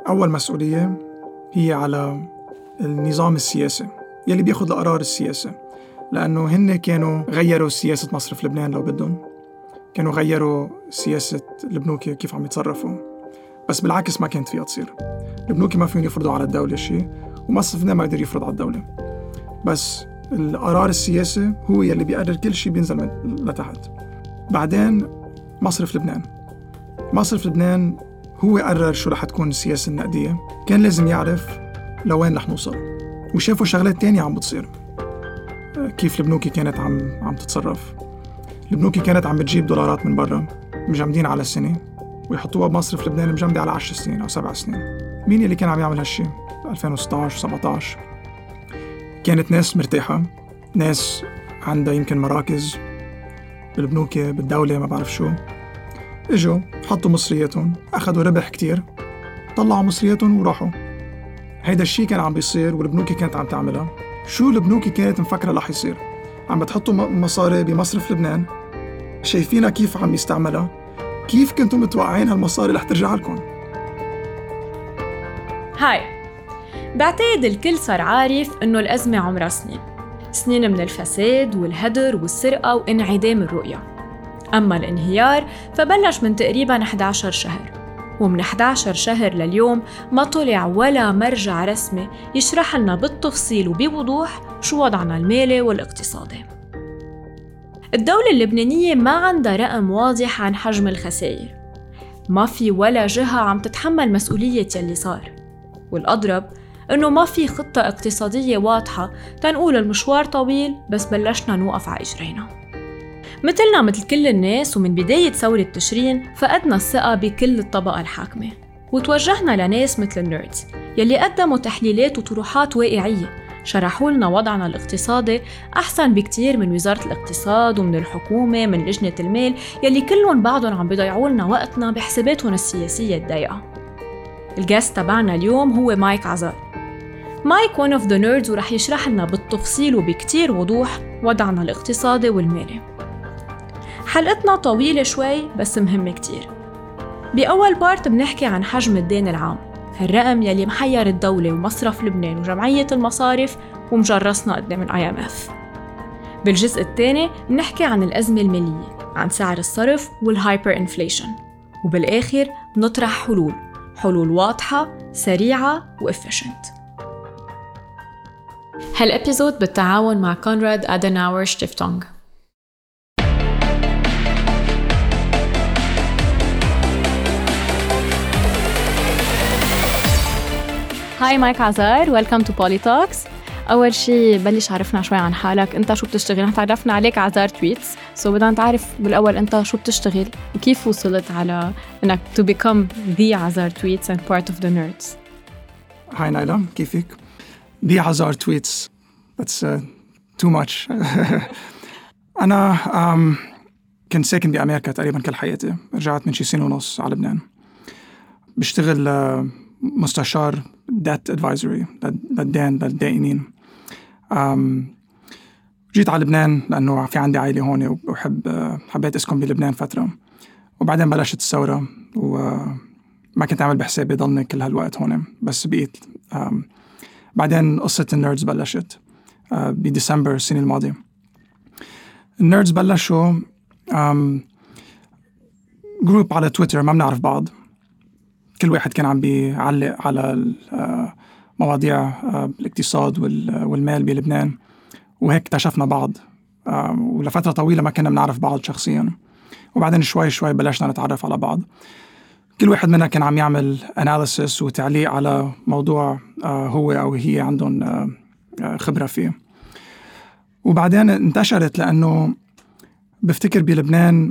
أول مسؤولية هي على النظام السياسي يلي بياخد القرار السياسي، لأنه هن كانوا غيروا سياسة مصرف لبنان لو بدهم، كانوا غيروا سياسة البنوك كيف عم يتصرفوا، بس بالعكس ما كانت فيها تصير. البنوك ما فيهم يفرضوا على الدولة شيء، ومصرف لبنان ما يقدر يفرض على الدولة، بس القرار السياسي هو يلي بيقرر كل شيء بينزل من لتحت. بعدين مصرف لبنان هو قرر شو رح تكون السياسة النقدية، كان لازم يعرف لوين رح نوصل، وشافوا شغلات تانية عم بتصير. كيف البنوك كانت عم تتصرف. البنوك كانت عم بتجيب دولارات من برا مجمدين على السنة ويحطوها بمصرف لبنان مجمدة على 10 سنين أو 7 سنين. مين اللي كان عم يعمل هالشي؟ 2016 و17 كانت ناس مرتاحة، ناس عندها يمكن مراكز بالبنوك بالدولة ما بعرف شو، اجوا حطوا مصرياتهم، أخذوا ربح كتير، طلعوا مصرياتهم وراحوا. هيدا الشي كان عم بيصير والبنوك كانت عم تعملها. شو البنوك كانت مفكرة رح يصير؟ عم بتحطوا مصاري بمصرف لبنان، شايفينها كيف عم يستعملها، كيف كنتم متوقعين هالمصاري رح ترجع لكم؟ هاي، بعتقد الكل صار عارف إنه الأزمة عمرها سنين من الفساد والهدر والسرقة وانعدام الرؤية. أما الانهيار فبلش من تقريباً 11 شهر، ومن 11 شهر لليوم ما طلع ولا مرجع رسمي يشرح لنا بالتفصيل وبوضوح شو وضعنا المالي والاقتصادي. الدولة اللبنانية ما عندها رقم واضح عن حجم الخسائر، ما في ولا جهة عم تتحمل مسؤولية يلي صار، والأضرب إنه ما في خطة اقتصادية واضحة تنقول المشوار طويل بس بلشنا نوقف على إجرينا. مثل كل الناس ومن بداية ثورة تشرين فقدنا الثقة بكل الطبقة الحاكمة، وتوجهنا لناس مثل النيردز يلي قدموا تحليلات وطروحات واقعية، شرحوا لنا وضعنا الاقتصادي أحسن بكتير من وزارة الاقتصاد ومن الحكومة من لجنة المال يلي كلهم بعضهم عم بيضيعوا لنا وقتنا بحساباتهم السياسية الضيقة. الجاست تبعنا اليوم هو مايك عزار. مايك one of the nerds ورح يشرح لنا بالتفصيل وبكتير وضوح وضعنا الاقتصادي والمالي. حلقتنا طويلة شوي بس مهمة كتير. بأول بارت بنحكي عن حجم الدين العام، هالرقم يلي محير الدولة ومصرف لبنان وجمعية المصارف ومجرسنا قدام ال IMF. بالجزء الثاني بنحكي عن الأزمة المالية، عن سعر الصرف والهايبر إنفليشن، وبالآخر نطرح حلول واضحة سريعة وإفيشنت. هالإبيزود بالتعاون مع كونراد أدناور شتيفتونغ. هاي مايك عزار، ويلكم تو بولي توكس. أول شي بلش عرفنا شوي عن حالك، أنت شو بتشتغل؟ نحن تعرفنا عليك عزار تويتس، بدنا نتعرف بالأول أنت شو بتشتغل وكيف وصلت على أنك to become the عزار تويتس and part of the nerds. هاي نايلة، كيفك؟ the عزار تويتس that's too much. أنا كنت ساكن بأمريكا تقريبا كل حياتي، رجعت من شي سنة ونص على لبنان. بشتغل مستشار debt advisory للدائنين. جيت على لبنان لأنه في عندي عائلة هون وحبيت أسكن بلبنان فترة، وبعدين بلشت الثورة وما كنت أعمل بحسابي ضلني كل هالوقت هون، بس بقيت. بعدين قصة النيردز بلشت بديسمبر السنة الماضية. النيردز بلشوا جروب على تويتر، ما بنعرف بعض، كل واحد كان عم بيعلق على مواضيع الاقتصاد والمال بلبنان، وهيك اكتشفنا بعض. ولفترة طويلة ما كنا بنعرف بعض شخصيا، وبعدين شوي بلشنا نتعرف على بعض. كل واحد منا كان عم يعمل analysis وتعليق على موضوع هو أو هي عندهم خبرة فيه. وبعدين انتشرت، لأنه بفتكر بلبنان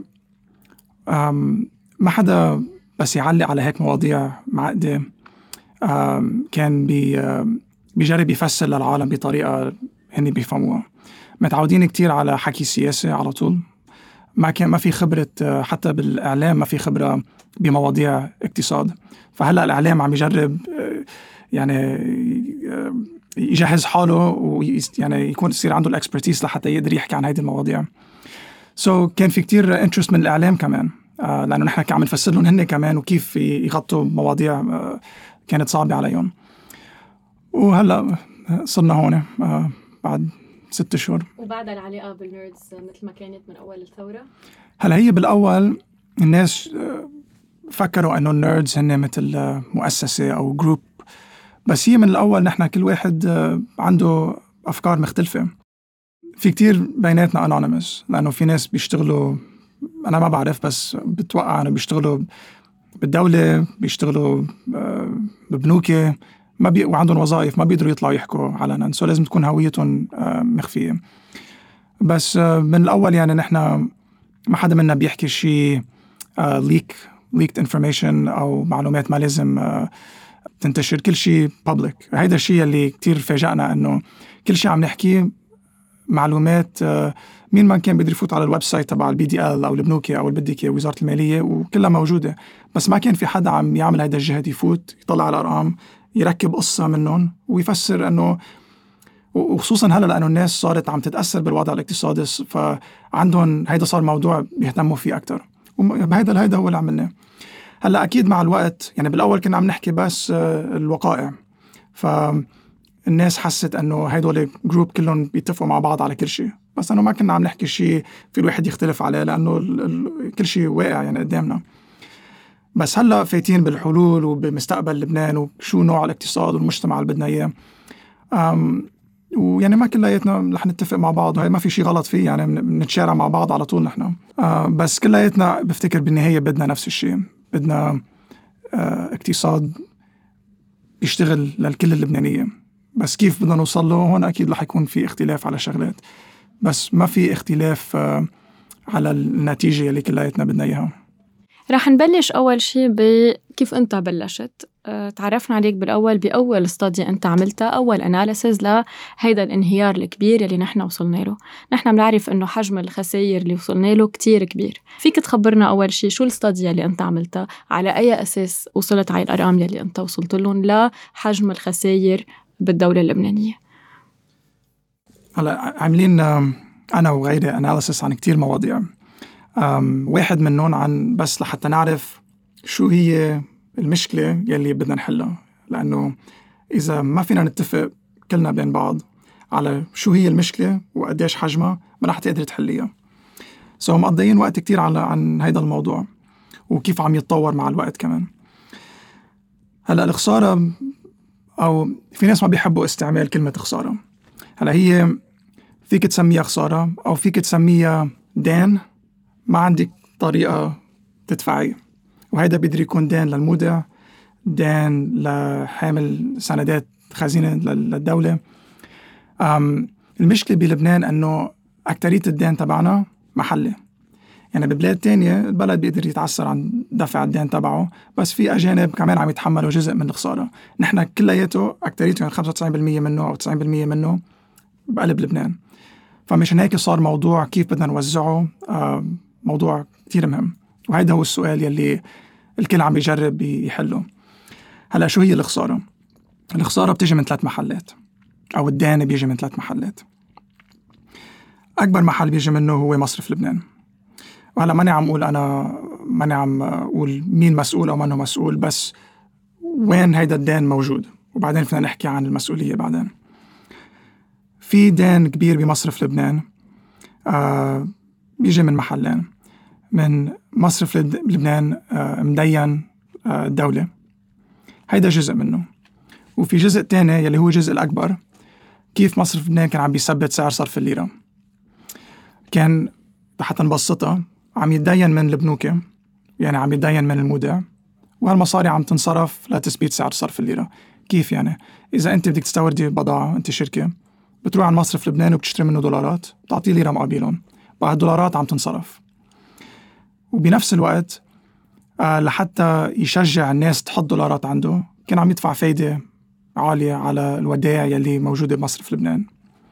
ما حدا بس يعلق على هيك مواضيع معقدة كان بيجرب يفسر للعالم بطريقة هني بيفهموها. متعودين كتير على حكي سياسي على طول، ما في خبرة، حتى بالإعلام ما في خبرة بمواضيع اقتصاد. فهلأ الإعلام عم يجرب يعني يجهز حاله ويعني يكون يصير عنده الإكسبرتيز لحتى يقدر يحكي عن هذه المواضيع. كان في كتير انترست من الإعلام كمان، لأنه نحن عم نفسر لهم هن كمان وكيف يغطوا مواضيع كانت صعبة عليهم. وهلأ صرنا هون بعد 6 شهور. وبعد العلاقة بالنيردز مثل ما كانت من أول الثورة؟ هلأ هي بالأول الناس فكروا أنه النيردز هن مثل مؤسسة أو جروب، بس هي من الأول نحن كل واحد عنده أفكار مختلفة. في كتير بيناتنا anonymous، لأنه في ناس بيشتغلوا، أنا ما بعرف بس بتوقع أنه بيشتغلوا بالدولة، بيشتغلوا ببنوكة، وعندهم وظائف ما بيقدروا يطلعوا يحكوا علنا، سو لازم تكون هويتهم مخفية. بس من الأول يعني نحن ما حدا منا بيحكي شيء leaked information أو معلومات ما لازم تنتشر، كل شيء public. هيدا الشيء اللي كتير فاجأنا، أنه كل شيء عم نحكي معلومات مين ما كان بيقدر يفوت على الويب سايت تبع الBDL أو البنوكي أو البدكي وزارة المالية وكلها موجودة، بس ما كان في حدا عم يعمل هيدا الجهد، يفوت يطلع على الأرقام يركب قصة منهم ويفسر أنه، وخصوصا هلا لأنه الناس صارت عم تتأثر بالوضع الاقتصادي، فعندهم هيدا صار موضوع بيهتموا فيه أكتر، وهيدا هو اللي عملناه. هلا أكيد مع الوقت يعني بالأول كنا عم نحكي بس الوقائع، فالناس حست أنه هيدول جروب كلهم بيتفقوا مع بعض على كل شيء، بس أنه ما كنا عم نحكي شيء في الواحد يختلف عليه، لأنه كل شيء واقع يعني قدامنا. بس هلا فايتين بالحلول وبمستقبل لبنان وشو نوع الاقتصاد والمجتمع اللي بدنا إياه، ويعني ما كلياتنا رح نتفق مع بعض، وهي ما في شيء غلط فيه، يعني بنتشارع مع بعض على طول نحن. بس كلياتنا بفتكر بالنهاية بدنا نفس الشيء، بدنا اقتصاد بيشتغل للكل اللبنانية، بس كيف بدنا نوصل له هون أكيد رح يكون في اختلاف على شغلات، بس ما في اختلاف على النتيجة اللي كلياتنا بدنا إياها. رح نبلش أول شيء بكيف أنت بلشت. تعرفنا عليك بالأول بأول استادية أنت عملتها، أول أناليسز لهيدا الانهيار الكبير اللي نحن وصلنا له. نحن بنعرف إنه حجم الخسائر اللي وصلنا له كتير كبير. فيك تخبرنا أول شيء شو الاستادية اللي أنت عملتها، على أي أساس وصلت على الأرقام اللي أنت وصلت لهم لحجم الخسائر بالدولة اللبنانية؟ هلا عاملين أنا وغيري أناليسز عن كتير مواضيع، واحد منهم عن بس لحتى نعرف شو هي المشكلة يلي بدنا نحلها، لأنه إذا ما فينا نتفق كلنا بين بعض على شو هي المشكلة وقديش حجمها ما رح تقدر تحليها. مقضيين وقت كتير عن هيدا الموضوع وكيف عم يتطور مع الوقت كمان. هلأ الخسارة، أو في ناس ما بيحبوا استعمال كلمة خسارة. هلأ هي فيك تسميها خسارة أو فيك تسميها دين، ما عندك طريقة تدفعي، وهيدا بيقدر يكون دين للمودع، دين لحامل سندات خزينة للدولة. المشكلة بلبنان أنه أكترية الدين تبعنا محلي، يعني ببلاد تانية البلد بيقدر يتعسر عن دفع الدين تبعه، بس في أجانب كمان عم يتحملوا جزء من الخسارة. نحن كلياته أكتريته يعني 95% منه أو 90% منه بقلب لبنان، فمشان هيك صار موضوع كيف بدنا نوزعه موضوع كتير مهم، وهيدا هو السؤال يلي الكل عم يجرب يحله. هلأ شو هي الخسارة؟ الخسارة بتيجي من 3 محلات، أو الدين بيجي من 3 محلات. أكبر محل بيجي منه هو مصرف لبنان، وهلأ ماني عم أقول مين مسؤول أو منه مسؤول، بس وين هيدا الدين موجود، وبعدين فينا نحكي عن المسؤولية بعدين. في دين كبير بمصرف لبنان بيجي من محلين. من مصرف لبنان مدين الدولة، هيدا جزء منه، وفي جزء تاني يلي هو جزء الأكبر، كيف مصرف لبنان كان عم بيثبت سعر صرف الليرة. كان حتى نبسطها عم يتدين من البنوكة، يعني عم يتدين من المودع، وهالمصاري عم تنصرف لتثبيت سعر صرف الليرة. كيف يعني؟ إذا أنت بدك تستوردي بضاعة، أنت شركة بتروح على مصرف لبنان وبتشتري منه دولارات، بتعطيه ليرة مقابلهم، بقى الدولارات عم تنصرف. وبنفس الوقت لحتى يشجع الناس تحط دولارات عنده، كان عم يدفع فايدة عالية على الودائع يلي موجودة بمصرف لبنان،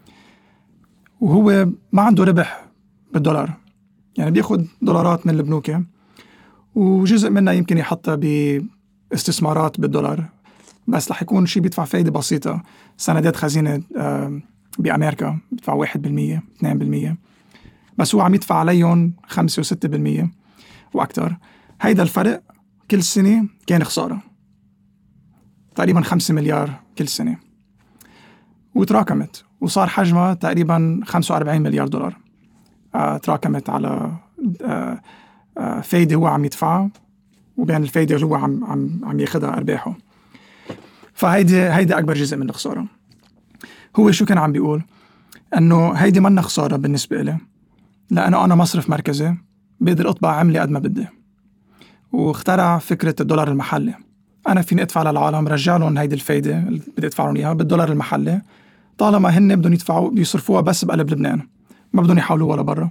وهو ما عنده ربح بالدولار، يعني بياخد دولارات من البنوك وجزء منها يمكن يحطها باستثمارات بالدولار، بس رح يكون شيء بيدفع فايدة بسيطة. سندات خزينة بأمريكا بيدفع 1% 2%، بس هو عم يدفع عليهم 5 و 6% وأكتر. هيدا الفرق كل سنة كان خسارة. تقريبا 5 مليار كل سنة، وتراكمت وصار حجمها تقريبا 45 مليار دولار. تراكمت على فايدة هو عم يدفعها وبين الفايدة اللي هو عم ياخدها أرباحه. فهيدي أكبر جزء من الخسارة. هو شو كان عم بيقول؟ أنه هيدي منا خسارة بالنسبة لي، لأنه أنا مصرف مركزي بقدر أطبع عملة قد ما بدي، واخترع فكرة الدولار المحلي. أنا فيني أدفع للعالم، رجع لهم هيدي الفايدة اللي بدي أدفع لهم إياها بالدولار المحلي، طالما هن بدهم يدفعوا بيصرفوها بس بقلب لبنان، ما بدهم يحولوها لبرا.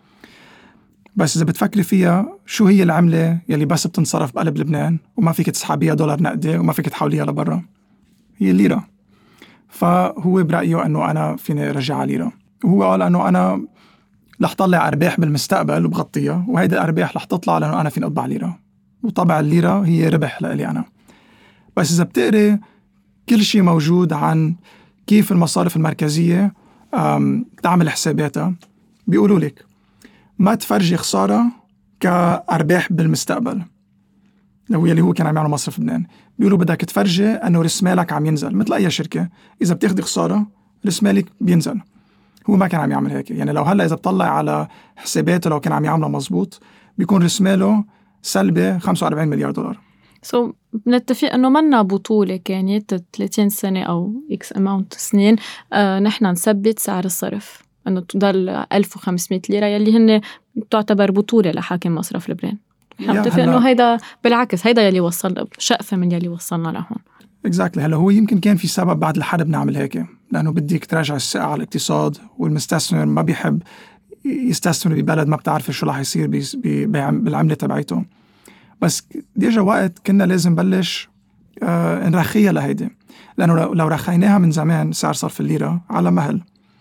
بس إذا بتفكري فيها، شو هي العملة يلي بس بتنصرف بقلب لبنان وما فيك تسحبيها دولار نقدي وما فيك تحوليها لبرا؟ هي الليرة. فهو برأيه أنه أنا فيني رجعها ليرة، وهو قال أنه أنا رح طلع أرباح بالمستقبل وبغطيها، وهيدي الأرباح رح تطلع لأنه أنا فيني أطبع ليرة، وطبع الليرة هي ربح لإلي أنا. بس إذا بتقري كل شيء موجود عن كيف المصارف المركزية تعمل حساباتها، بيقولوا لك ما تفرجي خسارة كأرباح بالمستقبل. اللي هو كان عم يعمل مصرف لبنان، بيقولوا بدك تفرجي أنه رأس مالك عم ينزل مثل أي شركة. إذا بتاخدي خسارة رأس مالك بينزل. هو ما كان عم يعمل هيك. يعني لو هلأ إذا بطلع على حساباته لو كان عم يعملها مزبوط بيكون رأس ماله سلبي 45 مليار دولار. بنتفق أنه منا بطولة كانت 30 سنة أو إكس أماونت سنين نحن نثبت سعر الصرف أنه تضل 1500 ليرة يلي هن تعتبر بطولة لحاكم مصرف لبنان. نتفق أنه هيدا بالعكس، هيدا يلي وصل شقفة من يلي وصلنا لهون. exactly. هلا هو يمكن كان في سبب بعد الحرب نعمل هيك، لأنه بديك تراجع الثقة على الاقتصاد، والمستثمر ما بيحب يستثمر ببلد ما بتعرف شو رح يصير بالعملة تبعيته. بس ديجا وقت كنا لازم بلش نرخيها لهيدي، لأنه لو رخيناها من زمان سعر صرف الليرة على مهل،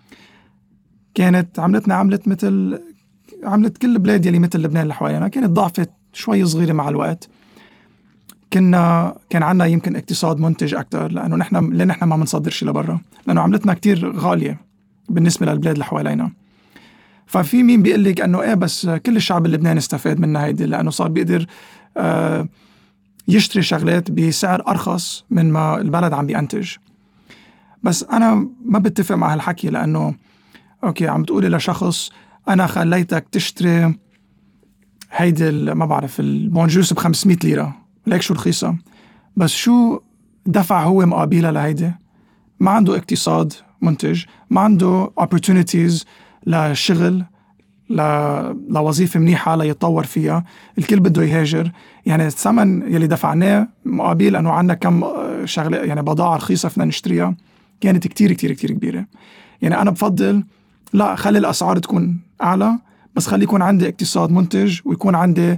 كانت عملتنا مثل عملت كل البلاد يلي مثل لبنان اللي حوالينا، كانت ضعفت شوي صغيرة مع الوقت. كان عنا يمكن اقتصاد منتج أكتر، لأنه نحن ما منصدر شيء لبرا، لأنه عملتنا كتير غالية بالنسبة للبلاد اللي حوالينا. ففي مين بيقول لك أنه بس كل الشعب اللبناني استفاد منها هيدي، لأنه صار بيقدر يشتري شغلات بسعر أرخص من ما البلد عم بينتج. بس أنا ما بتفق مع هالحكي، لأنه أوكي عم تقولي لشخص أنا خليتك تشتري هيدي ما بعرف البونجوس ب500 ليرة، ليك شو رخيصة، بس شو دفع هو مقابلها لهيدي؟ ما عنده اقتصاد منتج، ما عنده opportunities لشغل، لوظيفة منيحة ليتطور فيها. الكل بده يهاجر. يعني الثمن يلي دفعناه مقابل أنه عنا كم شغلة، يعني بضاعة رخيصة فينا نشتريها، كانت كتير كتير كتير كبيرة. يعني أنا بفضل لا، خلي الأسعار تكون أعلى، بس خلي يكون عندي اقتصاد منتج، ويكون عندي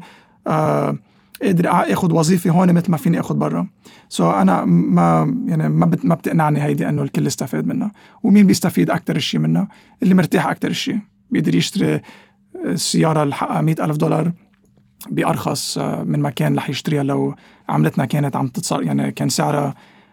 قادر أخذ وظيفة هون مثل ما فيني أخذ برا. أنا ما بتقنعني هيدي أنه الكل استفاد منها. ومين بيستفيد أكتر الشيء منها؟ اللي مرتاح أكتر الشيء، بيقدر يشتري السيارة اللي حقها $100,000 بأرخص من ما كان رح يشتريها لو عملتنا كانت عم تتصار، يعني كان سعرها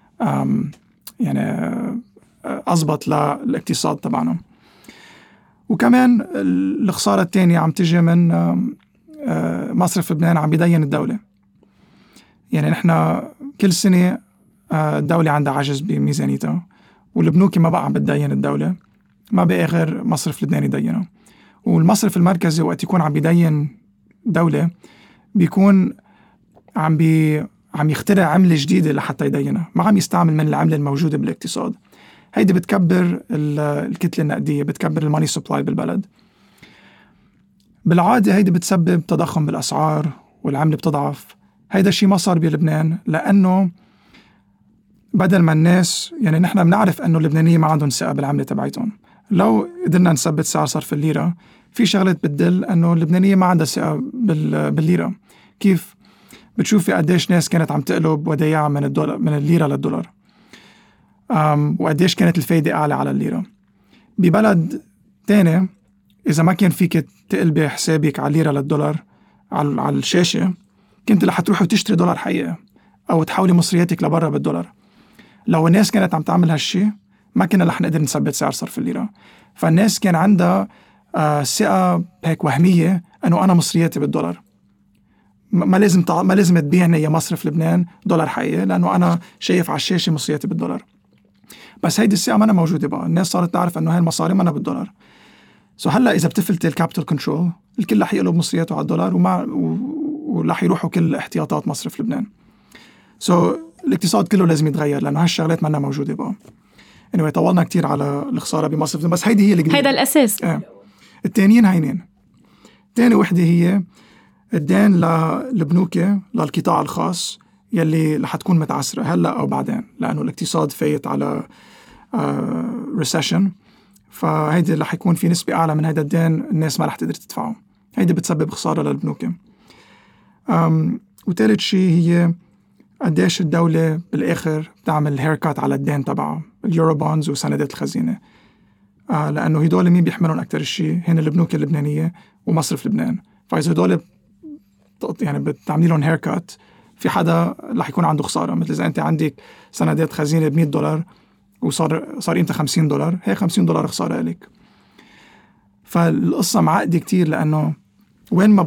يعني أضبط للاقتصاد تبعنا. وكمان الخسارة الثانية عم تجي من مصرف لبنان عم بيدين الدولة. يعني نحن كل سنة الدولة عندها عجز بميزانيتها، والبنوك ما بقى عم بتدين الدولة، ما بقى غير مصرف لبنان يدينها. والمصرف المركزي وقت يكون عم بيدين دولة بيكون عم يخترع عملة جديدة لحتى يدينها، ما عم يستعمل من العملة الموجودة بالاقتصاد. هيدي بتكبر الكتلة النقدية، بتكبر الماني سبلاي بالبلد. بالعادة هيدي بتسبب تضخم بالأسعار والعملة بتضعف. هيدا الشيء ما صار بلبنان، لأنه بدل ما الناس، يعني نحن بنعرف أنه اللبنانية ما عندهم ثقة بالعملة تبعيتهم. لو قدرنا نثبت سعر صرف الليرة، في شغلات بتدل أنه اللبنانية ما عندها ثقة بالليرة. كيف؟ بتشوفي قديش ناس كانت عم تقلب ودايعها من الليرة للدولار، وقديش كانت الفايدة أعلى على الليرة. ببلد تاني إذا ما كان فيك تقلبي حسابك على الليرة للدولار على الشاشة، كنت رح تروحي وتشتري دولار حقيقي أو تحولي مصرياتك لبرا بالدولار. لو الناس كانت عم تعمل هالشي ما كنا رح نقدر نثبت سعر صرف الليرة. فالناس كان عندها ثقة هيك وهمية أنه أنا مصرياتي بالدولار. ما لازم تبيعني يا مصرف لبنان دولار حقيقي، لأنه أنا شايف على الشاشة مصرياتي بالدولار. بس هيدي الثقة ما أنا موجودة بقى، الناس صارت تعرف أنه هاي المصاري ما أنا بالدولار. هلأ إذا بتفلت الكابيتال كنترول الكل رح يقلب مصرياته على الدولار ورح يروحوا كل احتياطات مصرف لبنان. الاقتصاد كله لازم يتغير لأنه هالشغلات ما أنا موجودة بقى. anyway طولنا كتير على الخسارة بمصرف لبنان، بس هيدي هي الجديدة، هيدا الأساس. التانيين هينين. تاني وحدة هي الدين للبنوك للقطاع الخاص يلي رح تكون متعسرة هلأ أو بعدين، لأنه الاقتصاد فايت على recession، فهيدي رح يكون في نسبة أعلى من هيدا الدين الناس ما رح تقدر تدفعه. هيدي بتسبب خسارة للبنوك. وثالث شيء هي قديش الدولة بالآخر بتعمل هيركات على الدين تبعها، اليورو بونز وسندات الخزينة، لأنه هدول مين بيحملون أكتر الشيء؟ هن البنوك اللبنانية ومصرف لبنان. فإذا هدول يعني بتعملي لهم هيركات، في حدا رح يكون عنده خسارة. مثل إذا أنت عندك سندات خزينة $100 وصار قيمتها $50، هي $50 خسارة لك. فالقصة معقدة كتير، لأنه وين ما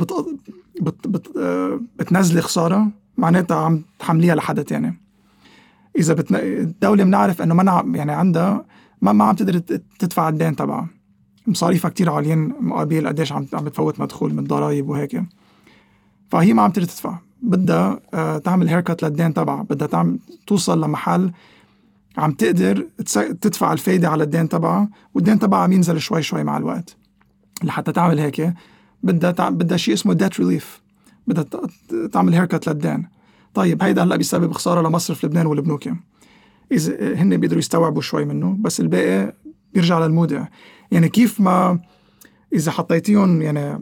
بتنزلي خسارة معناتها عم تحمليها لحدا تاني. إذا الدولة بنعرف أنه يعني عندها ما عم تقدر تدفع الدين تبعها، مصاريفها كتير عاليين مقابل قديش عم بتفوت مدخول من الضرائب وهيك، فهي ما عم تقدر تدفع، بدها تعمل هيركات للدين تبعها، بدها توصل لمحل عم تقدر تدفع الفايدة على الدين تبعها، والدين تبعها عم ينزل شوي شوي مع الوقت. لحتى تعمل هيك بدها شيء اسمه debt relief، بدها تعمل هيركات للدين. طيب هيدا هلأ بيسبب خسارة لمصرف لبنان والبنوك، إذا هن بيقدروا يستوعبوا شوي منه، بس الباقي بيرجع للمودع. يعني كيف ما إذا حطيتيهم يعني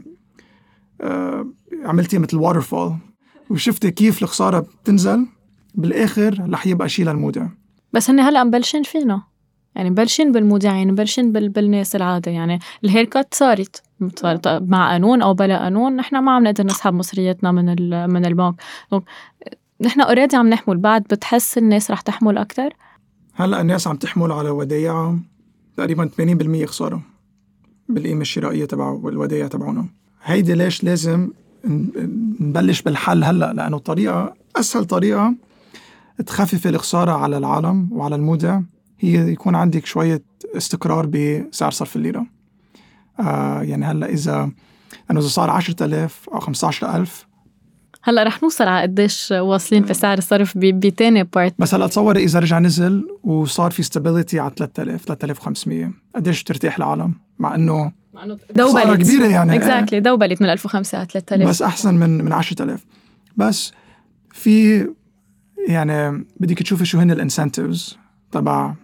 عملتي مثل waterfall وشفتي كيف الخسارة بتنزل بالآخر رح يبقى شيء للمودع. بس هن هلأ مبلشين فينا، يعني مبلشين بالمودعين، مبلشين بالناس العادة. يعني الهيركات صارت مع قانون أو بلا قانون، نحن ما عم نقدر نسحب مصرياتنا من البنك. نحن أوريدي عم نحمل، بعد بتحس الناس رح تحمل أكتر. هلأ الناس عم تحمل على ودايع تقريبا 80% خسارة بالقيمة الشرائية تبع الودايع تبعونا. هيدي ليش لازم نبلش بالحل هلأ؟ لأنه أسهل طريقة تخفف الخسارة على العالم وعلى المودع هي يكون عندك شوية استقرار بسعر صرف الليرة. يعني هلأ إذا صار 10,000 أو 15,000، هلأ رح نوصل على قديش واصلين في سعر الصرف بتاني بارت. بس هلأ تصور إذا رجع نزل وصار في stability على 3,500 قديش ترتاح العالم؟ مع إنه دوبلت كبيرة يعني exactly دوبلت من 1,500 على 3,000، بس أحسن من 10,000. بس في يعني بدك تشوفي شو هن الانسنتيفز تبع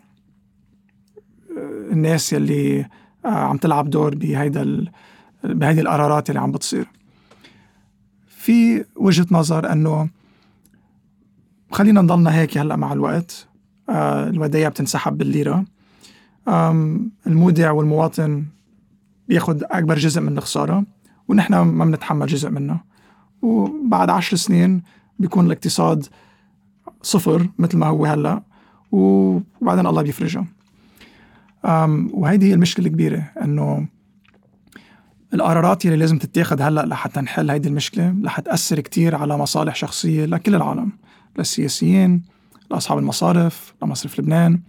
الناس يلي عم تلعب دور بهيدي القرارات اللي عم بتصير. في وجهة نظر أنه خلينا نضلنا هيك هلأ مع الوقت، الودايع بتنسحب بالليرة، المودع والمواطن بياخد أكبر جزء من الخسارة ونحن ما بنتحمل جزء منه، وبعد 10 سنين بيكون الاقتصاد صفر مثل ما هو هلأ، وبعدين الله بيفرجها. وهيدي هي المشكلة الكبيرة، أنه القرارات اللي لازم تتاخد هلأ لحتى نحل هيدي المشكلة رح تأثر كتير على مصالح شخصية لكل العالم، للسياسيين، لأصحاب المصارف، لمصرف لبنان،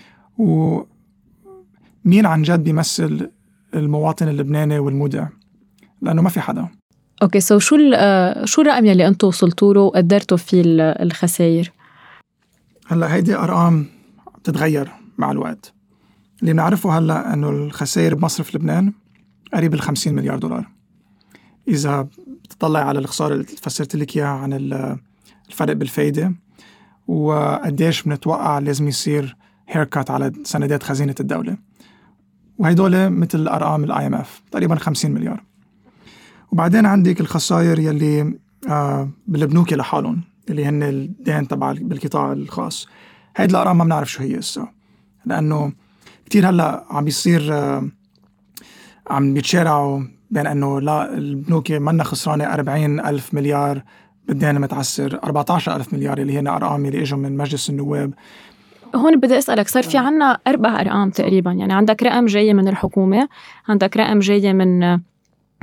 ومين عن جد بيمثل المواطن اللبناني والمودع، لأنه ما في حدا. اوكي شو الرقم يلي انتم وصلتوا له وقدرتوا فيه الخسائر؟ هلا هيدي ارقام بتتغير مع الوقت. اللي بنعرفه هلا انه الخسائر بمصرف لبنان قريب $50 مليار. اذا بتطلع على الخساره اللي فسرت لك اياها عن الفرق بالفايده وقديش بنتوقع لازم يصير هيركات على سندات خزينه الدوله، وهيدول مثل ارقام IMF تقريبا $50 مليار. وبعدين عندك الخسائر يلي بالبنوك لحالهم اللي هن الدين تبع بالقطاع الخاص. هيدي الأرقام ما بنعرف شو هي لسه، لأنه كتير هلأ عم بيصير عم بيتشارعوا بين أنه لا البنوك منا خسرانة 40,000 مليار بالدين متعسر 14,000 مليار اللي هن أرقام اللي إجوا من مجلس النواب. هون بدي أسألك، صار في عنا 4 أرقام تقريبا، يعني عندك رقم جاي من الحكومة، عندك رقم جاي من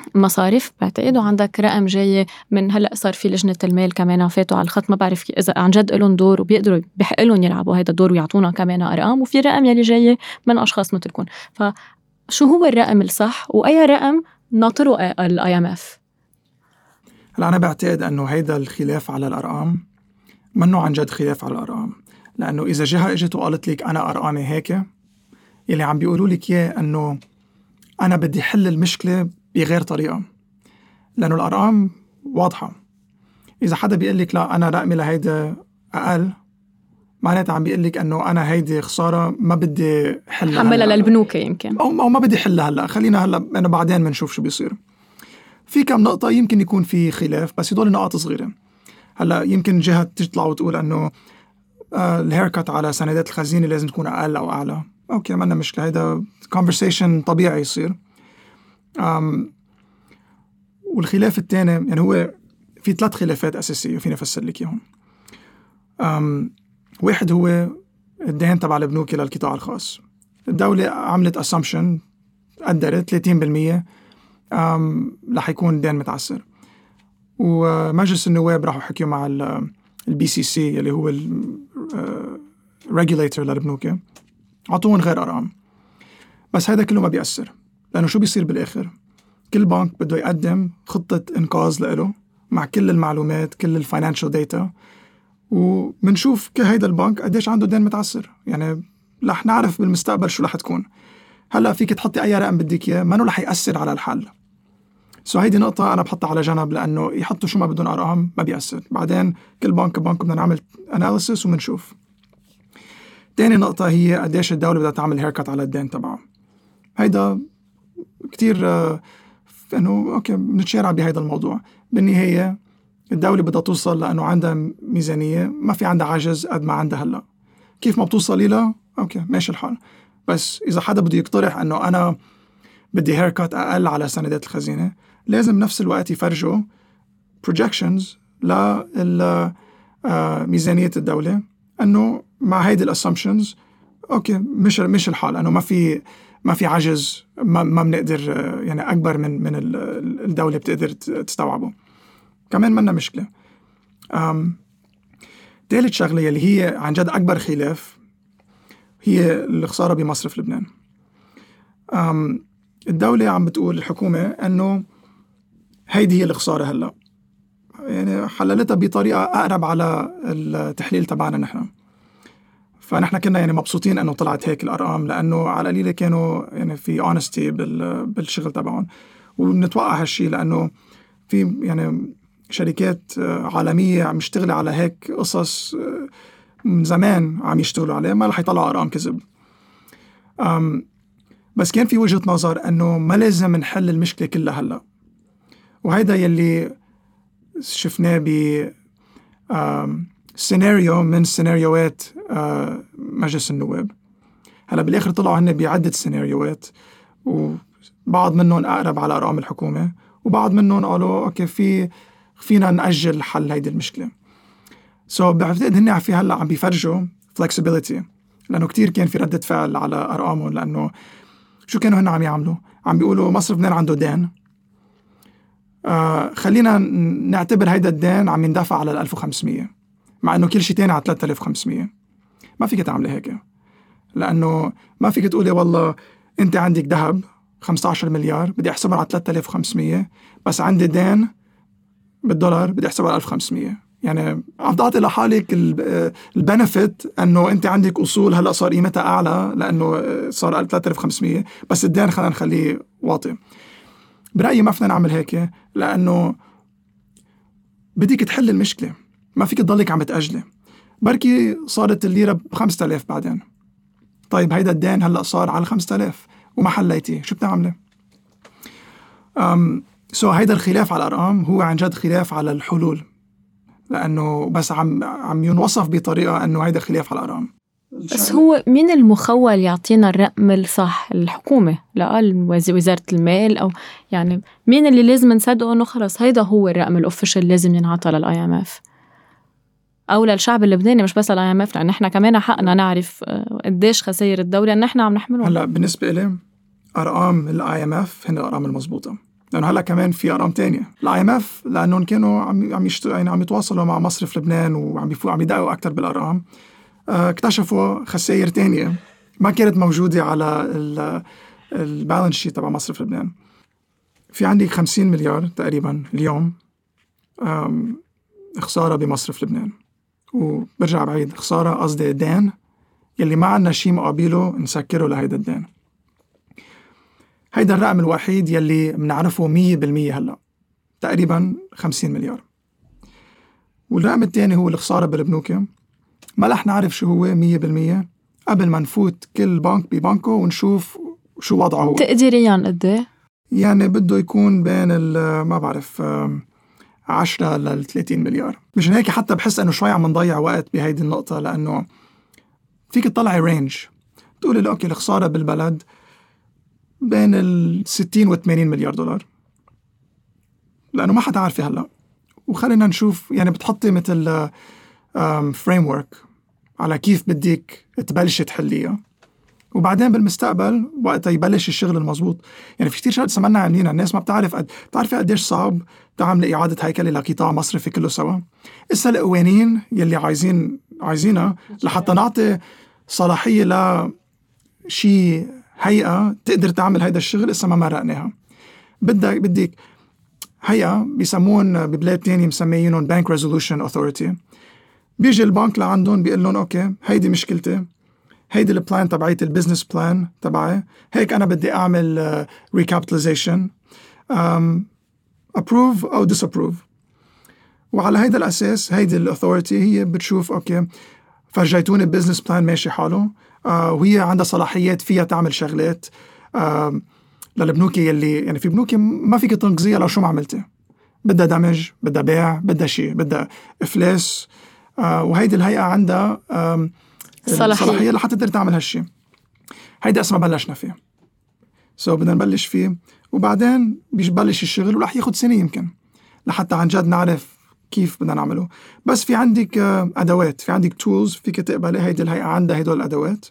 مصاريف بعتقد، وعندك رقم جاي من هلأ صار في لجنة المال كمان فاتوا على الخط، ما بعرف إذا عن جد لهم دور وبيقدروا بحق لهم يلعبوا هذا الدور ويعطونا كمان أرقام، وفي رقم يلي جاي من أشخاص مثلكم. فشو هو الرقم الصح وأي رقم ناطره IMF؟ هلا أنا بعتقد أنه هيدا الخلاف على الأرقام منه عن جد خلاف على الأرقام، لأنه إذا جهة إجت وقالت لك أنا أرقامي هيك، يلي عم بيقولوا لك إياه أنه أنا بدي حل المشكلة بغير طريقة، لأنه الأرقام واضحة. إذا حدا بيقول لك لا أنا رقمي لهيدا أقل، معناتها عم بيقول لك أنه أنا هيدي خسارة ما بدي حلها، حملها للبنوك يمكن، أو ما بدي حلها هلأ، خلينا هلأ أنا بعدين بنشوف شو بيصير. في كم نقطة يمكن يكون في خلاف، بس هدول نقاط صغيرة. هلأ يمكن جهة تطلع وتقول أنه الهيركت على سندات الخزينة لازم تكون أقل أو أعلى. أوكي، ما لنا مشكلة، هيدا conversation طبيعي يصير. والخلاف الثاني يعني هو في 3 خلافات أساسية فينا أفسر لك إياهم. واحد هو الدين تبع البنوك للقطاع الخاص. الدولة عملت assumption، قدرت 30% رح يكون دين متعسر، ومجلس النواب راحوا حكيوا مع الBCC اللي هو regulator للبنوك، عطوهم غير أرقام. بس هذا كله ما بيأثر، لأنه شو بيصير بالآخر؟ كل بنك بده يقدم خطة إنقاذ له مع كل المعلومات، كل الفاينانشال داتا، ومنشوف كهيدا البنك قديش عنده دين متعسر. يعني رح نعرف بالمستقبل شو رح تكون. هلأ فيك تحطي أي رقم بدك إياه، ما رح يأثر على الحل. هيدي نقطة أنا بحطها على جنب، لأنه يحطوا شو ما بدون أرقام ما بيأثر. بعدين كل بنك بدنا نعمل أناليسيس ومنشوف. تاني نقطة هي قديش الدولة بدها تعمل هيركت على الدين تبعه. هيدا كتير إنه أوكي بنتشارع بهيدا الموضوع. بالنهاية الدولة بدها توصل لأنه عندها ميزانية، ما في عندها عجز قد ما عندها هلأ. كيف ما بتوصل لها أوكي ماشي الحال. بس إذا حدا بده يقترح أنه أنا بدي هيركت أقل على سندات الخزينة، لازم نفس الوقت يفرجوا projections لميزانية الدولة أنه مع هيدي الاسامبشنز أوكي مش الحال، أنه ما في عجز ما بنقدر يعني أكبر من الدولة بتقدر تستوعبه. كمان منا مشكلة. ثالث شغلة اللي هي عن جد أكبر خلاف هي الخسارة بمصرف لبنان. الدولة عم بتقول الحكومة أنه هيدي هي الخسارة هلأ، يعني حللتها بطريقة أقرب على التحليل تبعنا نحن. فنحن كنا يعني مبسوطين أنه طلعت هيك الأرقام، لأنه على القليلة كانوا يعني في honesty بالشغل تبعهم، ونتوقع هالشي لأنه في يعني شركات عالمية عم يشتغل على هيك قصص من زمان عم يشتغلوا عليه، ما رح يطلعوا أرقام كذب. بس كان في وجهة نظر أنه ما لازم نحل المشكلة كلها هلأ، وهيدا يلي شفناه سيناريو من سيناريوهات مجلس النواب. هلا بالآخر طلعوا هن بعدة سيناريوهات، وبعض منهم أقرب على أرقام الحكومة، وبعض منهم قالوا أوكي فينا نأجل حل هيدي المشكلة. بعتقد هن في هلا عم بيفرجوا flexibility، لأنه كتير كان في ردة فعل على أرقامهم. لأنه شو كانوا هن عم يعملوا؟ عم بيقولوا مصرف لبنان عنده دين، خلينا نعتبر هيدا الدين عم يندفع على 1500، مع أنه كل شيء تاني على 3500. ما فيك تعمل هيك، لأنه ما فيك تقولي والله أنت عندك ذهب 15 مليار بدي أحسبها على 3500، بس عندي دين بالدولار بدي أحسبها على 1500. يعني عم تعطي لحالك البنفيت أنه أنت عندك أصول هلأ صار قيمتها أعلى لأنه صار 3500، بس الدين خلينا نخليه واطي. برأيي ما فينا نعمل هيك، لأنه بديك تحل المشكلة، ما فيك تضلك عم تأجلي. بركي صارت الليرة ب5000 بعدين، طيب هيدا الدين هلأ صار على 5000 وما حليتيه، شو بتعمله؟ هيدا الخلاف على الأرقام هو عن جد خلاف على الحلول، لأنه بس عم ينوصف بطريقة أنه هيدا خلاف على الأرقام. بس هو مين المخول يعطينا الرقم الصح؟ الحكومة؟ لا وزارة المال؟ أو يعني مين اللي لازم نصدقه أنه خلاص هيدا هو الرقم الأوفيشال لازم ينعطى للIMF أو للشعب اللبناني، مش بس للIMF، لأن إحنا كمان حقنا نعرف قديش خسائر الدولة إن إحنا عم نحملهم. هلا بالنسبة لي أرقام الIMF هن الأرقام المضبوطة، لأنه هلأ كمان في أرقام تانية. الIMF لأنهم كانوا عم يتواصلوا مع مصرف لبنان وعم يدققوا أكتر بالأرقام، اكتشفوا خسائر تانية ما كانت موجودة على البالانس شيت تبع مصرف لبنان. في عندي 50 مليار تقريبا اليوم خسارة بمصرف لبنان، وبرجع بعيد خسارة قصدي دين يلي ما عنا شيء مقابله نسكره لهيدا الدين. هيدا الرقم الوحيد يلي منعرفه 100% هلأ تقريبا 50 مليار. والرقم الثاني هو الخسارة بالبنوك، ما رح نعرف شو هو 100% قبل ما نفوت كل بنك ببنكه ونشوف شو وضعه هو. تقديريا قد ايه؟ يعني بده يكون بين ما بعرف 10 ل 30 مليار. مشان هيك حتى بحس انه شوي عم نضيع وقت بهيدي النقطة، لأنه فيك تطلعي رينج تقولي له اوكي الخسارة بالبلد بين 60 و 80 مليار دولار، لأنه ما حدا عارف هلأ. وخلينا نشوف يعني بتحطي مثل فريمورك على كيف بديك تبلش تحليها، وبعدين بالمستقبل وقتها يبلش الشغل المزبوط. يعني في كتير شغلات سمعنا عاملينها الناس ما بتعرفي قديش صعب تعمل إعادة هيكلة لقطاع مصرفي كله سوا. إسا القوانين يلي عايزينها لحتى نعطي صلاحية لشي هيئة تقدر تعمل هيدا الشغل إسا ما مرقناها. بدك هيئة بيسمون ببلاد تاني مسميينهم Bank Resolution Authority. بيجي البنك لعندهم بيقول لهم أوكي هيدي مشكلتي، هيدي البلان تبعي البيزنس بلان تبعي، هيك أنا بدي أعمل recapitalization approve أو disapprove. وعلى هيدا الأساس هيدي الأثوريتي هي بتشوف أوكي فرجيتوني البيزنس بلان ماشي حاله، وهي عندها صلاحيات فيها تعمل شغلات للبنوك يلي يعني في بنوك ما فيك تنقذيها لو شو ما عملتي، بدها دمج، بدها بيع، بدها شيء، بدها إفلاس، وهيدي الهيئة عندها صلاحية لحتى تقدر تعمل هالشي. هيدا اسمها بلشنا فيه، بدنا نبلش فيه وبعدين بيبلش الشغل، ورح ياخد سنة يمكن لحتى عن جد نعرف كيف بدنا نعمله. بس في عندك أدوات، في عندك tools فيك تقبلي. هيدي الهيئة عندها هيدول الأدوات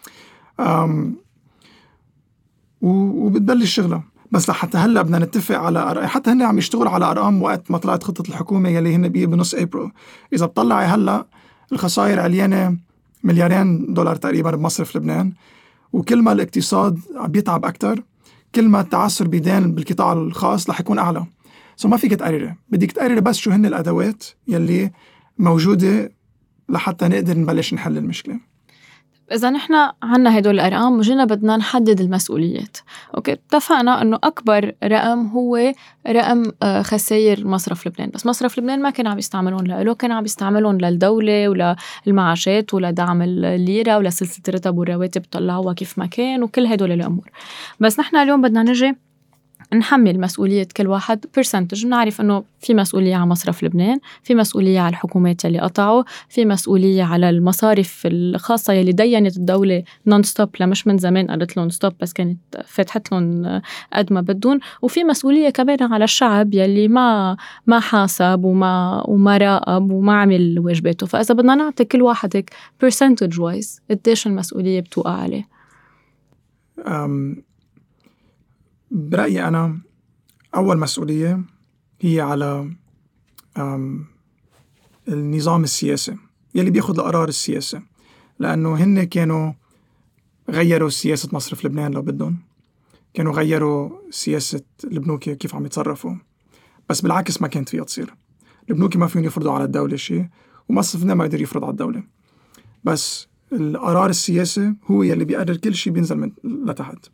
وبتبلش شغلها. بس لحتى هلأ بدنا نتفق على حتى هن عم يشتغلوا على أرقام وقت ما طلعت خطة الحكومة يلي هن بنص أبريل. إذا بطلعي هلأ الخسائر عليانة $2 مليار تقريبا بمصرف لبنان، وكل ما الاقتصاد عم بيتعب أكتر كل ما التعثر بيدين بالقطاع الخاص رح يكون أعلى. ما فيك تقرري، بدك تقرري بس شو هن الأدوات يلي موجودة لحتى نقدر نبلش نحل المشكلة. إذا نحن عنا هدول الأرقام وجينا بدنا نحدد المسؤوليات، أوكي اتفقنا أنه أكبر رقم هو رقم خسائر مصرف لبنان. بس مصرف لبنان ما كان عم يستعملون له، كان عم يستعملون للدولة وللمعاشات ولدعم الليرة ولسلسلة الرتب والرواتب طلعوها كيف ما كان وكل هدول الأمور. بس نحن اليوم بدنا نجي نحمل مسؤولية كل واحد برسنتج. نعرف أنه في مسؤولية على مصرف لبنان، في مسؤولية على الحكومات يلي قطعوا، في مسؤولية على المصارف الخاصة يلي دينت الدولة نون ستوب لمش من زمان قالت لهم ستوب بس كانت فتحت لهم قد ما بدون، وفي مسؤولية كمان على الشعب يلي ما حاسب وما راقب وما عمل واجباته. فإذا بدنا نعطي كل واحد هيك برسنتج وايز قديش المسؤولية بتوقع عليه؟ برأيي أنا أول مسؤولية هي على النظام السياسي يلي بياخد القرار السياسي، لأنه هن كانوا غيروا سياسة مصرف لبنان لو بدهم، كانوا غيروا سياسة البنوك كيف عم يتصرفوا. بس بالعكس ما كانت فيها تصير. البنوك ما فيهم يفرضوا على الدولة شيء، ومصرف لبنان ما يقدر يفرض على الدولة. بس القرار السياسي هو يلي بيقرر كل شيء بينزل من لتحت.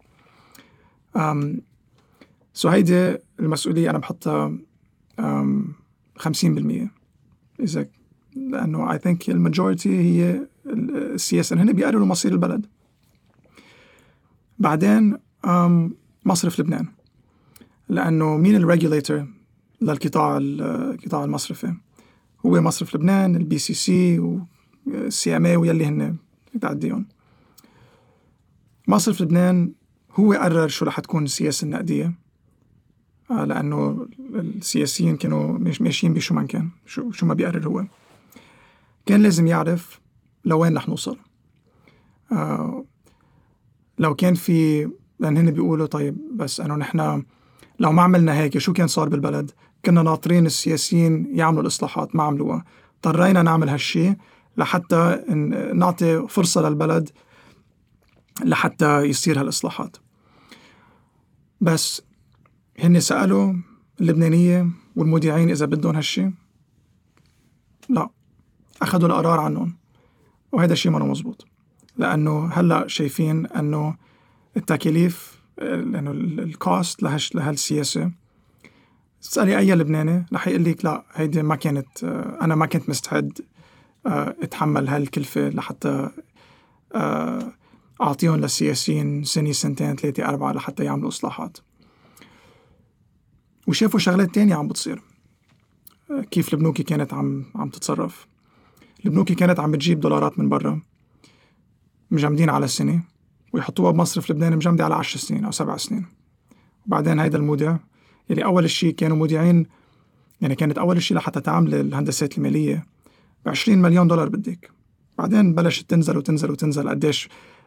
هيدي المسؤولية أنا بحطها 50%. إذا لأنه I think الماجوريتي هي السياسة، هن بيقرروا مصير البلد. بعدين مصرف لبنان، لأنه مين الريجوليتور للقطاع المصرفي؟ هو مصرف لبنان، الBCC والCMA ويلي هن تعديهم. مصرف لبنان هو قرر شو رح تكون السياسة النقدية، لأنه السياسيين كانوا ماشيين بشو ما كان، شو ما بيقرر هو. كان لازم يعرف لوين رح نوصل. لو كان في، لأن هن بيقولوا طيب بس أنه نحن لو ما عملنا هيك شو كان صار بالبلد؟ كنا ناطرين السياسيين يعملوا الإصلاحات، ما عملوها. اضطرينا نعمل هالشي لحتى نعطي فرصة للبلد لحتى يصير هالإصلاحات. بس هن سألوا اللبنانية والمذيعين إذا بدهم هالشي؟ لا، أخذوا القرار عنهم، وهذا الشيء ما مزبوط. لأنه هلأ شايفين أنه التكاليف، لأنه الكوست لهالسياسة، تسألي أي لبناني رح يقول لك لا، هيدي ما كانت، أنا ما كنت مستعد اتحمل هالكلفة لحتى أعطيهم للسياسيين سنة سنتين 3 4 لحتى يعملوا إصلاحات. وشافوا شغلات تانية عم بتصير. كيف البنوك كانت عم تتصرف. البنوك كانت عم بتجيب دولارات من برا مجمدين على السنة، ويحطوها بمصرف لبنان مجمدة على 10 سنين أو 7 سنين. وبعدين هيدا المودع اللي أول شيء كانوا مودعين، يعني كانت أول شيء لحتى تعمل الهندسات المالية ب$20 مليون بدك. بعدين بلشت تنزل وتنزل وتنزل قديش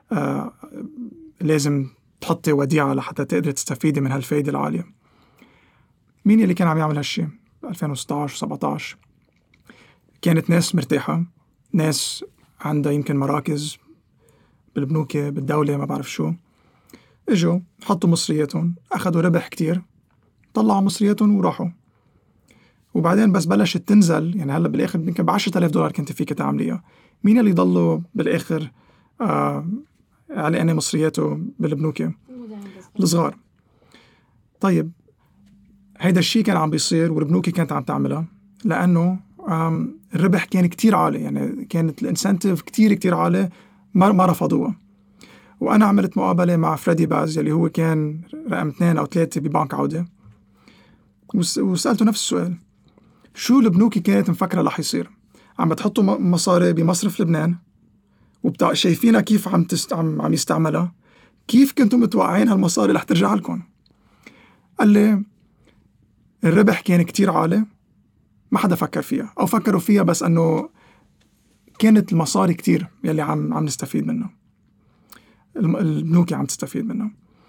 لازم تحطي وديعة لحتى تقدر تستفيدي من هالفايدة العالية. مين اللي كان عم يعمل هالشي 2016 17؟ كانت ناس مرتاحة، ناس عندها يمكن مراكز بالبنوك بالدولة، ما بعرف شو. اجوا حطوا مصرياتهم، أخذوا ربح كتير، طلعوا مصرياتهم وراحوا. وبعدين بس بلشت تنزل، يعني هلا بالآخر يمكن $10,000 كنت فيك تعمليها. مين اللي ضلوا بالآخر على أن مصرياته بالبنوك؟ الصغار. طيب هيدا الشيء كان عم بيصير والبنوك كانت عم تعملها لأنه الربح كان كتير عالي، يعني كانت الانسنتيف كتير عالي، ما رفضوها. وأنا عملت مقابلة مع فريدي باز اللي هو كان رقم 2 أو 3 ببنك عودة، وسألته نفس السؤال: شو البنوك كانت مفكرة رح يصير؟ عم بتحطوا مصاري بمصرف لبنان شايفينها كيف عم يستعملها، كيف كنتم متوقعين هالمصاري رح ترجع لكم؟ قال لي الربح كان كتير عالي، ما حدا فكر فيها، أو فكروا فيها بس أنه كانت المصاري كتير يلي عم نستفيد منه، البنوك عم تستفيد منه.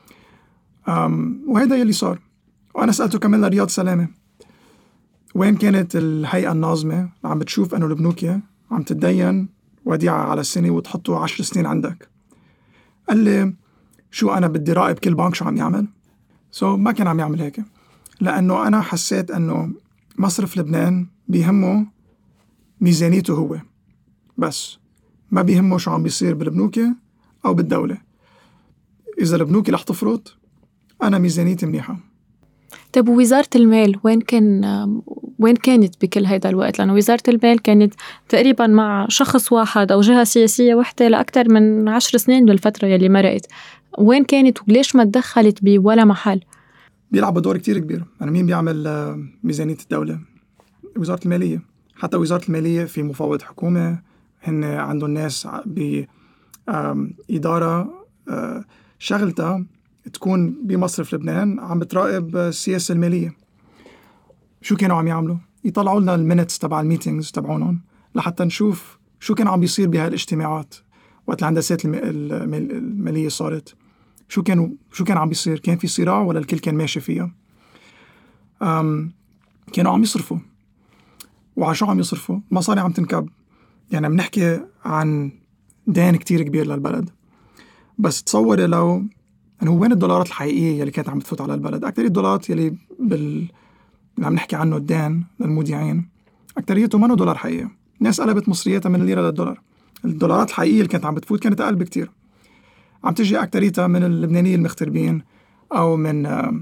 وهذا يلي صار. وأنا سألته كمان لرياض سلامة: وين كانت الهيئة الناظمة عم بتشوف أنه البنوك عم تدين وديعة على السنة وتحطوا 10 سنين عندك؟ قال لي شو، أنا بدي راقب كل بنك شو عم يعمل؟ ما كان عم يعمل هيك، لأنه أنا حسيت أنه مصرف لبنان بيهمه ميزانيته هو بس، ما بيهمه شو عم بيصير بالبنوك أو بالدولة. إذا البنوك رح تفرط، أنا ميزانيتي منيحة. طيب ووزارة المال وين كانت بكل هيدا الوقت؟ لأنه وزارة المال كانت تقريبا مع شخص واحد أو جهة سياسية واحدة لأكثر من 10 سنين بالفترة يلي مرقت. وين كانت وليش ما تدخلت بولا محل؟ بيلعب دور كتير كبير. أنا مين بيعمل ميزانية الدولة؟ وزارة المالية. حتى وزارة المالية في مفوض حكومة، هن عندهم ناس بإدارة شغلتها تكون بمصرف لبنان عم بتراقب السياسة المالية. شو كانوا عم يعملوا؟ يطلعوا لنا المينتس تبع الميتينجز تبعونهم لحتى نشوف شو كان عم بيصير بهالاجتماعات وقت الهندسات المالية صارت. شو كان عم بيصير؟ كان في صراع ولا الكل كان ماشي فيها؟ كانوا عم يصرفوا. وعشان عم يصرفوا مصاري عم تنكب. يعني بنحكي عن دين كتير كبير للبلد. بس تصوري لو أنه وين الدولارات الحقيقية اللي كانت عم تفوت على البلد؟ أكتر الدولارات يلي اللي عم نحكي عنه الدين للمودعين أكتريته منه دولار حقيقي. الناس قلبت مصرياتها من الليرة للدولار. الدولارات الحقيقية اللي كانت عم بتفوت كانت أقل بكتير، عم تجي أكتريتها من اللبنانيين المغتربين أو من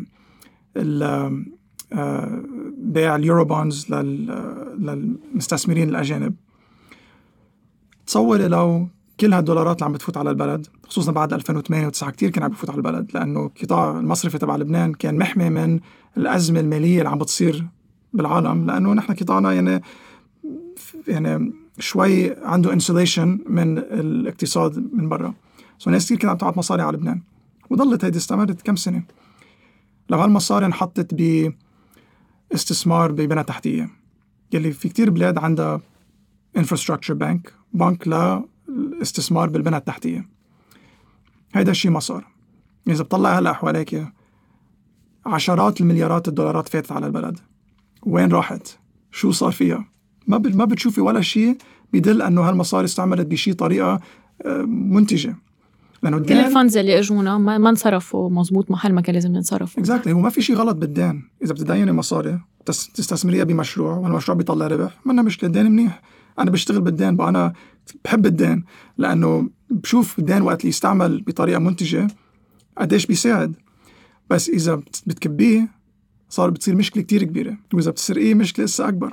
بيع اليورو بونز للمستثمرين الأجانب. تصوري لو كل هالدولارات اللي عم بتفوت على البلد، خصوصا بعد 2008 و9 كتير كان عم بفوت على البلد، لأنه قطاع المصرفي تبع لبنان كان محمي من الأزمة المالية اللي عم بتصير بالعالم، لأنه نحن قطاعنا يعني شوي عنده انسوليشن من الاقتصاد من برا. ناس كتير كانت عم تعطي مصاري على لبنان، وظلت هيدي استمرت كم سنة. لو هالمصاري انحطت باستثمار ببنى تحتية، يلي في كتير بلاد عندها infrastructure بنك للاستثمار بالبنى التحتية. هيدا الشيء ما صار. إذا بطلع هلأ حواليك عشرات المليارات الدولارات فاتت على البلد. وين راحت؟ شو صار فيها؟ ما بتشوفي ولا شيء بيدل أنه هالمصاري استعملت بشي طريقة منتجة. لأنه كل الفندز اللي اجونا ما انصرفوا مزبوط محل ما كان لازم ينصرفوا. exactly. هو ما في شيء غلط بالدين. إذا بتديني مصاري تستثمريها بمشروع والمشروع بيطلع ربح، ما مشكلة، الدين منيح. أنا بشتغل بالدين، أنا بحب الدين لأنه بشوف الدين وقت اللي يستعمل بطريقة منتجة قديش بيساعد. بس إذا بتكبيه بتصير مشكلة كتير كبيرة، وإذا بتسرقيه مشكلة لسه أكبر.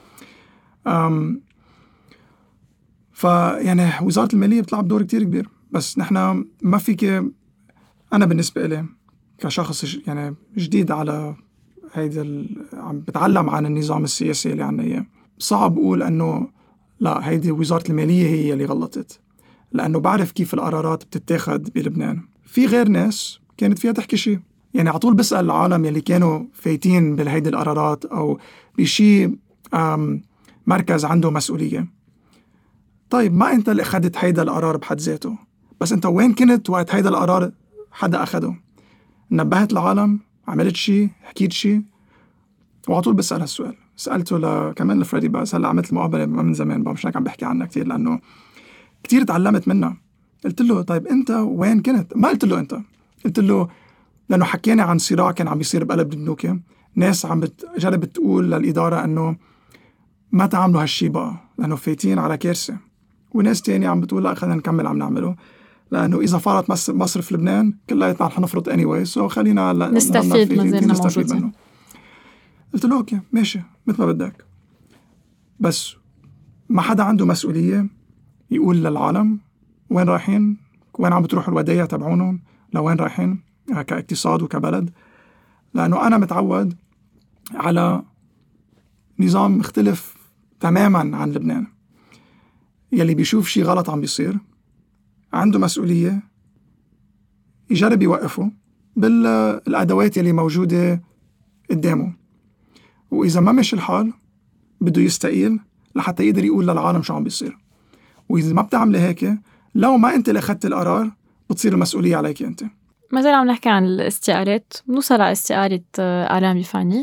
فيعني وزارة المالية بتلعب دور كتير كبير. بس نحن ما فيك، أنا بالنسبة لي كشخص يعني جديد على عم بتعلم عن النظام السياسي اللي عنا إياه، صعب أقول أنه لا هيدي وزارة المالية هي اللي غلطت، لأنه بعرف كيف القرارات بتتاخد بلبنان. في غير ناس كانت فيها تحكي شيء، يعني على طول بسأل العالم يلي كانوا فايتين بهيدي القرارات أو بشي مركز عنده مسؤولية، طيب ما أنت اللي أخذت هيدا القرار بحد ذاته، بس أنت وين كنت وقت هيدا القرار حدا أخده؟ نبهت العالم؟ عملت شيء؟ حكيت شيء؟ وعلى طول بسأل هالسؤال. سألته كمان لفريدي باز، هلا عملت المقابلة من زمان مش عم بحكي عنها كتير لأنه كتير تعلمت منها. قلت له طيب أنت وين كنت؟ ما قلت له أنت، قلت له لأنه حكينا عن صراع كان عم يصير بقلب البنوك، ناس عم بتجرب تقول للإدارة أنه ما تعملوا هالشي بقى لأنه فايتين على كارثة، وناس تانية عم بتقول لا خلينا نكمل عم نعمله لأنه إذا فرط مصرف لبنان كلها رح نفرط anyway، خلينا نستفيد منه. قلت له أوكي ماشي مثل ما بدك، بس ما حدا عنده مسؤولية يقول للعالم وين رايحين، وين عم بتروحوا الودايع تبعونهم، لوين رايحين كاقتصاد وكبلد. لأنه أنا متعود على نظام مختلف تماماً عن لبنان، يلي بيشوف شي غلط عم بيصير عنده مسؤولية يجرب يوقفه بالأدوات يلي موجودة قدامه، وإذا ما مش الحال بده يستقيل لحتى يقدر يقول للعالم شو عم بيصير. وإذا ما بتعمل هيك، لو ما أنت اللي أخذت القرار بتصير المسؤولية عليك أنت. ما زال عم نحكي عن الاستقالات، نوصل على استقالة آلان بيفاني.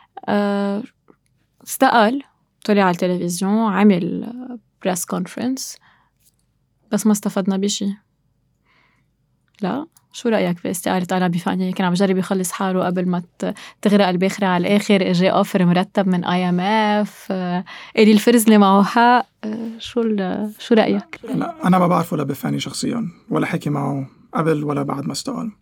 استقال، طلع على التلفزيون، عمل بريس كونفرنس، بس ما استفدنا بشي. لا، شو رأيك باستقالة آلان بيفاني؟ كان عم جرب يخلص حاله قبل ما تغرق الباخرة على الآخر، اجى أوفر مرتب من IMF، إلي الفرز اللي معه حق. شو رأيك؟ لا أنا ما بعرفه لبيفاني شخصيا ولا حكي معه قبل ولا بعد ما استقال.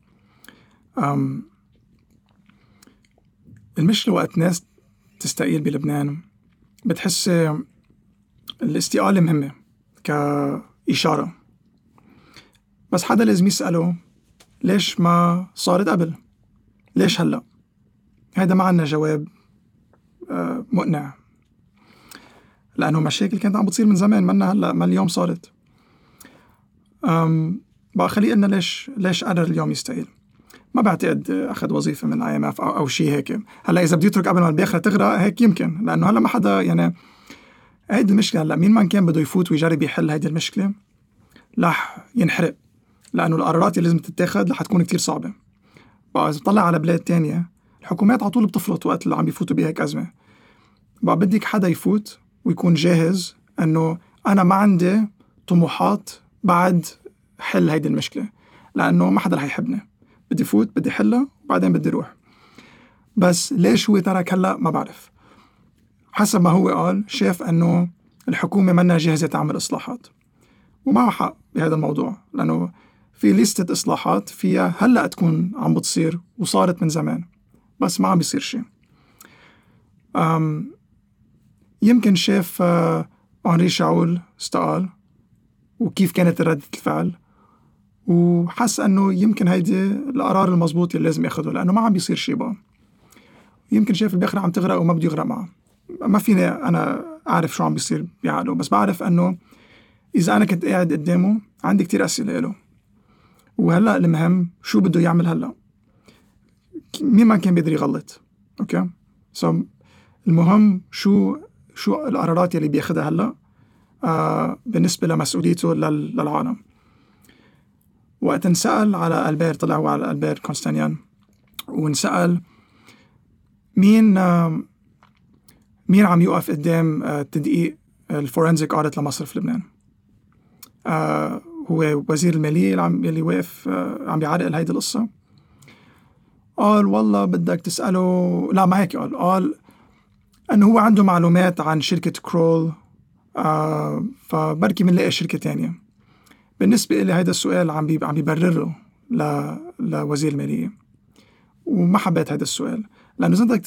المشكلة وقت ناس تستقيل بلبنان بتحس الاستقالة مهمة كإشارة، بس حدا لازم يسأله ليش ما صارت قبل؟ ليش هلأ؟ هيدا ما عنا جواب مقنع، لأنه مشاكل كانت عم بتصير من زمان، منا هلأ، ما اليوم صارت. بقى خلي قلنا ليش قرر اليوم يستقيل. ما بعتقد أخذ وظيفة من IMF أو شيء هيك. هلأ إذا بده يترك قبل ما الباخرة تغرق هيك يمكن، لأنه هلأ ما حدا يعني هيدي المشكلة. هلأ مين ما كان بده يفوت ويجرب يحل هيدي المشكلة رح ينحرق، لأنه القرارات اللي لازم تتاخد رح تكون كتير صعبة. بقى إذا بطلع على بلاد تانية الحكومات على طول بتفرط وقت اللي عم بيفوتوا بهيك أزمة. بقى بدك حدا يفوت ويكون جاهز أنه أنا ما عندي طموحات بعد حل هيدي المشكلة، لأنه ما حدا رح يحبني، بدي فوت بدي حلها وبعدين بدي روح. بس ليش هو ترك هلأ ما بعرف. حسب ما هو قال شاف أنه الحكومة منا جاهزة تعمل إصلاحات، ومعه حق بهذا الموضوع، لأنه في لستة إصلاحات فيها هلأ تكون عم بتصير وصارت من زمان، بس ما عم بيصير شيء. يمكن شاف أنري شاول استقال وكيف كانت ردة الفعل، وحس أنه يمكن هيدي القرار المضبوط اللي لازم ياخده، لأنه ما عم بيصير شيء بقى. يمكن شاف الباخرة عم تغرق وما بده يغرق معه. ما فيني أنا أعرف شو عم بيصير بعقله، بس بعرف أنه إذا أنا كنت قاعد قدامه عندي كتير أسئلة له. وهلأ المهم شو بده يعمل هلأ. مين ما كان بيقدر يغلط. أوكي. المهم شو القرارات اللي بياخدها هلأ بالنسبة لمسؤوليته للعالم. وقت انسأل على ألبير، طلع هو على ألبير كونستانيان ونسأل مين عم يوقف قدام تدقيق الفورنزيك أوديت لمصرف لبنان. هو وزير المالية اللي واقف عم بيعرقل هيدي القصة. قال والله بدك تسأله، لا ما هيك قال أنه هو عنده معلومات عن شركة كرول، فبركي منلاقي شركة تانية. بالنسبة إلي هيدا السؤال عم بيبرره لوزير المالية، وما حبيت هيدا السؤال، لأنه إذا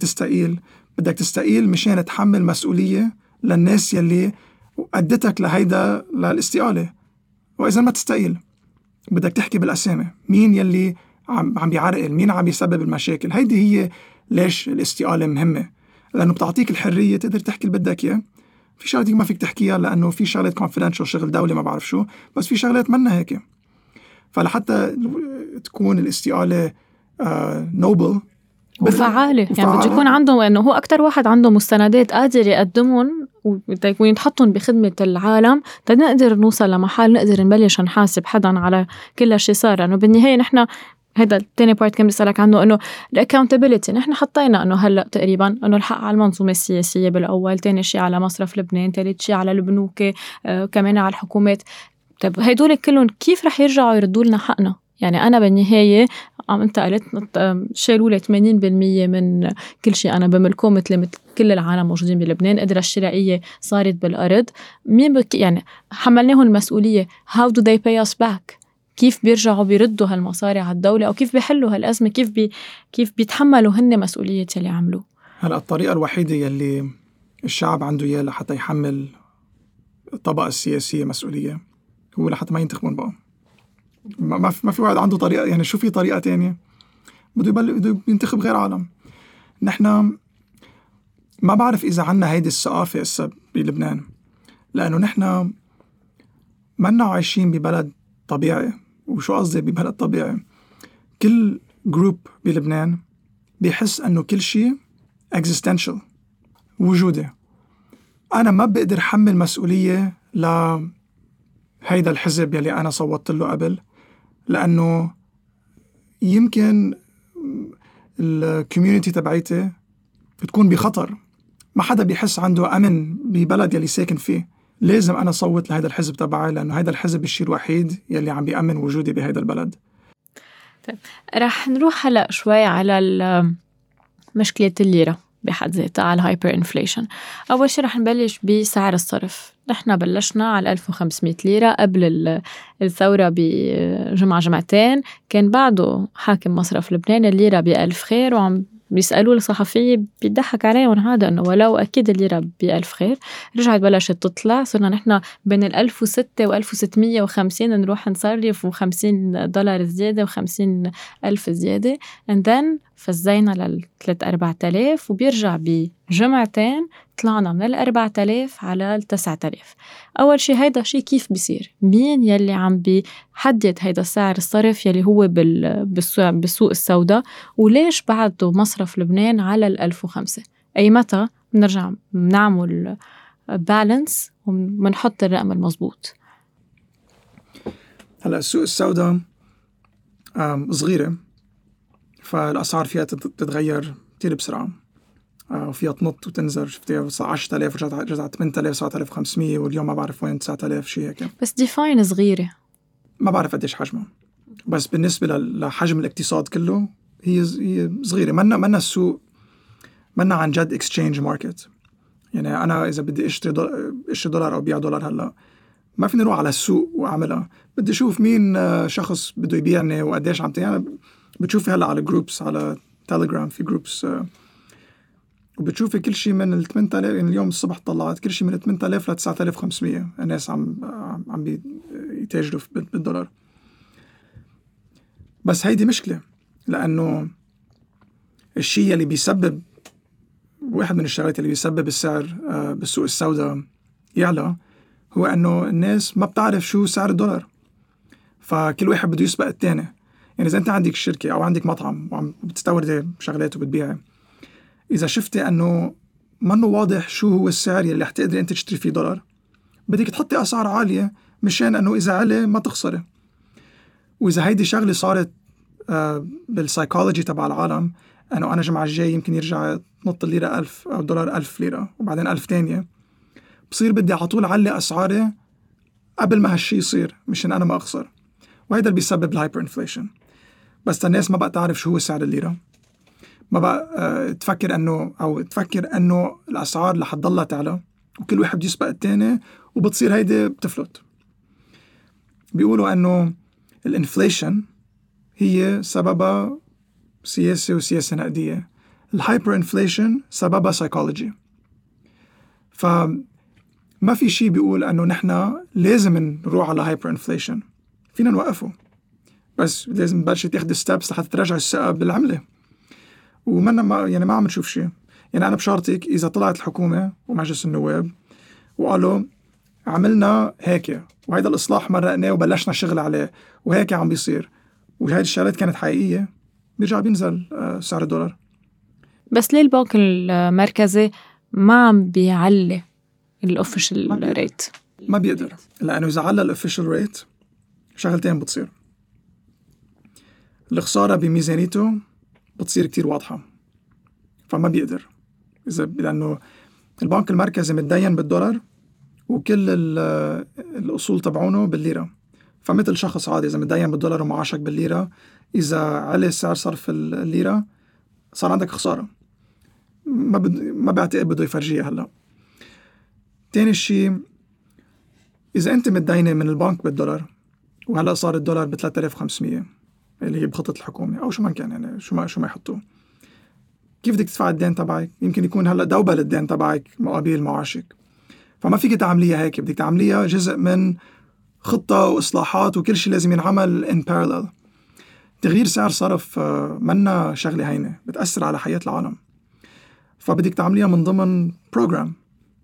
بدك تستقيل مشان تحمل مسؤولية للناس يلي أدتك لهيدا للاستقالة. وإذا ما تستقيل بدك تحكي بالأسامي مين يلي عم بيعرقل، مين عم يسبب المشاكل. هيدي هي ليش الاستقالة مهمة، لأنه بتعطيك الحرية تقدر تحكي اللي بدك إياه. في شغلات ما فيك تحكيها لأنه في شغلات confidential، شغل دولي ما بعرف شو، بس في شغلات منا هيك. فلحتى تكون الاستقالة noble وفعالة، يعني بده يكون عندهم إنه هو أكتر واحد عنده مستندات قادر يقدمهم ويتحطهم بخدمة العالم، نقدر نوصل لمحل نقدر نبلش نحاسب حدا على كل شيء صار. لأنه بالنهاية نحن هذا التاني بارت كم بسألك عنه، إنه accountability نحن حطينا إنه هلأ تقريبا إنه الحق على المنظومة السياسية بالأول، تاني شيء على مصرف لبنان، ثالث شيء على البنوك، كمان على الحكومات. طيب هيدول كلهم كيف رح يرجعوا يردوا لنا حقنا؟ يعني أنا بالنهاية أنت قلت شالوا لي 80% من كل شيء أنا بملكه، مثل كل العالم موجودين بلبنان، قدرة الشرائية صارت بالأرض. مين يعني حملناهم المسؤولية؟ how do they pay us back؟ كيف بيرجعوا بيردوا هالمصاري على الدولة، أو كيف بيحلوا هالأزمة، كيف بيتحملوا هن مسؤولية اللي عملوا؟ هلأ الطريقة الوحيدة يلي الشعب عنده إياه لحتى يحمل الطبقة السياسية مسؤولية هو لحتى ما ينتخبون بقى. ما في واحد عنده طريقة، يعني شو في طريقة تانية؟ بده ينتخب غير عالم. نحن ما بعرف إذا عنا هيدي الثقافة هسه بلبنان، لأنه نحن منا عايشين ببلد طبيعي. وشو قصدي ببلد طبيعي؟ كل جروب بلبنان بيحس أنه كل شيء existential، وجودي. أنا ما بقدر حمل مسؤولية لهيدا الحزب يلي أنا صوتت له قبل، لأنه يمكن الكوميونيتي تبعيتي بتكون بخطر. ما حدا بيحس عنده أمن ببلد يلي ساكن فيه. لازم أنا صوت لهيدا الحزب تبعي، لأنه هيدا الحزب الشيء الوحيد يلي عم بيأمن وجودي بهيدا البلد. طيب رح نروح هلأ شوي على مشكلة الليرة بحد ذاتها، على الهايبر إنفليشن. أول شيء رح نبلش بسعر الصرف. نحن بلشنا على 1500 ليرة قبل الثورة بجمعة جمعتين، كان بعده حاكم مصرف لبنان الليرة ب1000 خير، وعم بيسألوا الصحفية بيضحك عليهم هذا إنه ولو أكيد الليرة ب1000 خير. رجعت بلشت تطلع، صرنا نحن بين 1006 و1650 نروح نصرف $50 زيادة و50,000 زيادة، and then فزينا ل3-4,000، وبيرجع بجمعتين طلعنا من 4,000 على 9,000. أول شيء هيدا شيء كيف بيصير؟ مين يلي عم بيحدد هيدا السعر الصرف يلي هو بالسوق السوداء؟ وليش بعده مصرف لبنان على 1005؟ أي متى بنرجع بنعمل بالانس ومنحط الرقم المضبوط؟ هلأ السوق السوداء صغيرة، فالأسعار فيها تتغير كتير بسرعة، وفيها تنط وتنزل. شفتها 10,000 ورجعت 8,000 7,500، واليوم ما بعرف وين 9,000 شيء هيك. بس ديفاين صغيرة، ما بعرف قديش حجمها، بس بالنسبة لحجم الاقتصاد كله هي صغيرة. منا السوق منا عن جد exchange market. يعني أنا إذا بدي أشتري دولار أو بيع دولار هلأ، ما فيني أروح على السوق وأعملها. بدي أشوف مين شخص بده يبيعني وقديش عم يعني. بتشوفي هلأ على جروبس على تيليجرام، في جروبس، وبتشوفي كل شيء من 8,000. يعني اليوم الصبح طلعت كل شيء من 8,000 ل 9,500 الناس عم بيتاجروا بالدولار. بس هيدي مشكلة، لأنه الشيء اللي بيسبب، واحد من الشغلات اللي بيسبب السعر بالسوق السوداء يعلى، هو أنه الناس ما بتعرف شو سعر الدولار، فكل واحد بده يسبق التاني. يعني إذا أنت عندك شركة أو عندك مطعم وعم بتستوردي شغلات وبتبيعها، إذا شفتي أنه منه واضح شو هو السعر اللي رح تقدري أنت تشتري فيه دولار، بدك تحطي أسعار عالية مشان أنه إذا علي ما تخسري. وإذا هيدي شغلة صارت بالسايكولوجي تبع العالم أنه أنا جمعة الجاي يمكن يرجع تنط الليرة 1000 أو دولار 1000 ليرة وبعدين 1000 تانية، بصير بدي على طول علي أسعاري قبل ما هالشي يصير مشان أنا ما أخسر. وهذا اللي بيسبب الهايبر انفليشن. بس الناس ما بقى تعرف شو هو سعر الليرة، ما بقى تفكر أنه الأسعار رح تضلها تعلى وكل واحد يسبق التاني وبتصير هيدي بتفلت. بيقولوا أنه الانفليشن هي سببها سياسة وسياسة نقدية، الهايبر انفليشن سببها سايكولوجي. فما في شيء بيقول أنه نحن لازم نروح على هايبر انفليشن، فينا نوقفه، بس لازم نبلش تاخد ستابس لحتى ترجع الثقة بالعملة. ما عم نشوف شيء. يعني أنا بشارتك إذا طلعت الحكومة ومجلس النواب وقالوا عملنا هيك وهيدا الإصلاح مرقناه وبلشنا شغل عليه وهيك عم بيصير وهيدي الشغلات كانت حقيقية، بيرجع بينزل سعر الدولار. بس ليه البنك المركزي ما عم بيعلي الأوفيشال ريت؟ ما بيقدر، لأنه إذا علّى الأوفيشال ريت شغلتين بتصير. الخسارة بميزانيته بتصير كتير واضحة، فما بيقدر لأنه البنك المركزي متدين بالدولار وكل الأصول تبعونه بالليرة. فمثل شخص عادي إذا متدين بالدولار ومعاشك بالليرة، إذا علي سعر صرف الليرة صار عندك خسارة، ما بعتقد بده يفرجيها هلأ. تاني شيء، إذا أنت متدينة من البنك بالدولار وهلأ صار الدولار ب 3500 اللي هي بخطة الحكومة أو شو ما كان، يعني شو ما يحطوه، كيف بدك تدفع الدين تبعك؟ يمكن يكون هلأ دوبل الدين تبعك مقابل معاشك، فما فيك تعمليها هيك، بدك تعمليها جزء من خطة وإصلاحات وكل شيء لازم ينعمل in parallel. تغيير سعر صرف منا شغلة هينة، بتأثر على حياة العالم، فبدك تعمليها من ضمن program.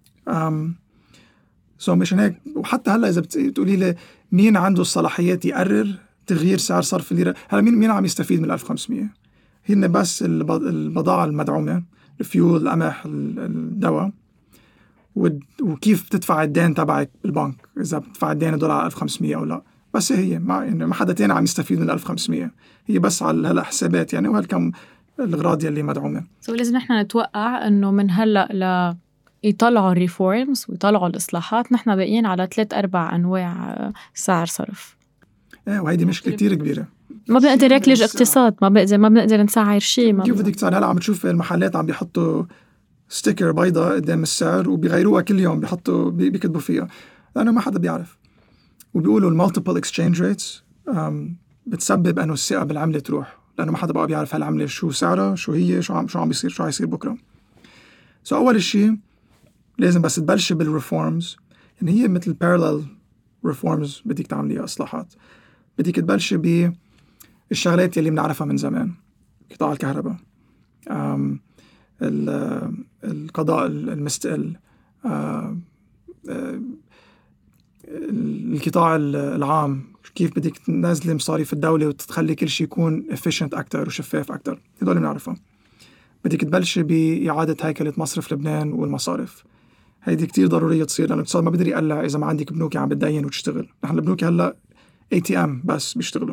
مشان هيك. وحتى هلا إذا بتقولي لي مين عنده الصلاحيات يقرر تغيير سعر صرف الليرة، هلا مين عم يستفيد من 1500؟ هن بس البضاعة المدعومة، الفيول، القمح، الدواء، وكيف بتدفع الدين تبعك بالبنك، إذا بتدفع الدين دولار 1500 أو لا. بس هي ما حدا تاني عم يستفيد من 1500، هي بس على هلا حسابات يعني وهالكم الأغراض يلي مدعومة. لازم نحن نتوقع إنه من هلا يطلعوا الريفورمز ويطلعوا الإصلاحات، نحن باقيين على 3-4 أنواع سعر صرف. وهيدي مشكلة كتير كبيرة. ما بنقدر نركلج اقتصاد، ما بنقدر نسعر شيء. كيف بدك تسعر؟ هلا عم تشوف المحلات عم بيحطوا ستيكر بيضة قدام السعر وبيغيروها كل يوم، بيكتبوا فيها، لأنه ما حدا بيعرف. وبيقولوا المالتيبل اكسشينج ريتس بتسبب أنه الثقة بالعملة تروح، لأنه ما حدا بقى بيعرف هالعملة شو سعرها، شو هي، شو عم بيصير، شو هيصير بكرة. أول شيء لازم بس تبلش بالريفورمز، يعني هي مثل parallel ريفورمز بدك تعمليها إصلاحات. بدك تبلش بالشغلات اللي بنعرفها من زمان، قطاع الكهرباء، القضاء المستقل، القطاع العام، كيف بدك تنزل مصاريف الدولة وتخلي كل شيء يكون efficient أكتر وشفاف أكتر، هدول بنعرفها. بدك تبلش بإعادة هيكلة مصرف لبنان والمصارف، هيدي كتير ضرورية تصير، لأنه الاقتصاد ما بقدر يقلع إذا ما عندك بنوك عم بتدين وتشتغل. نحن البنوك هلأ ATM بس بيشتغلوا.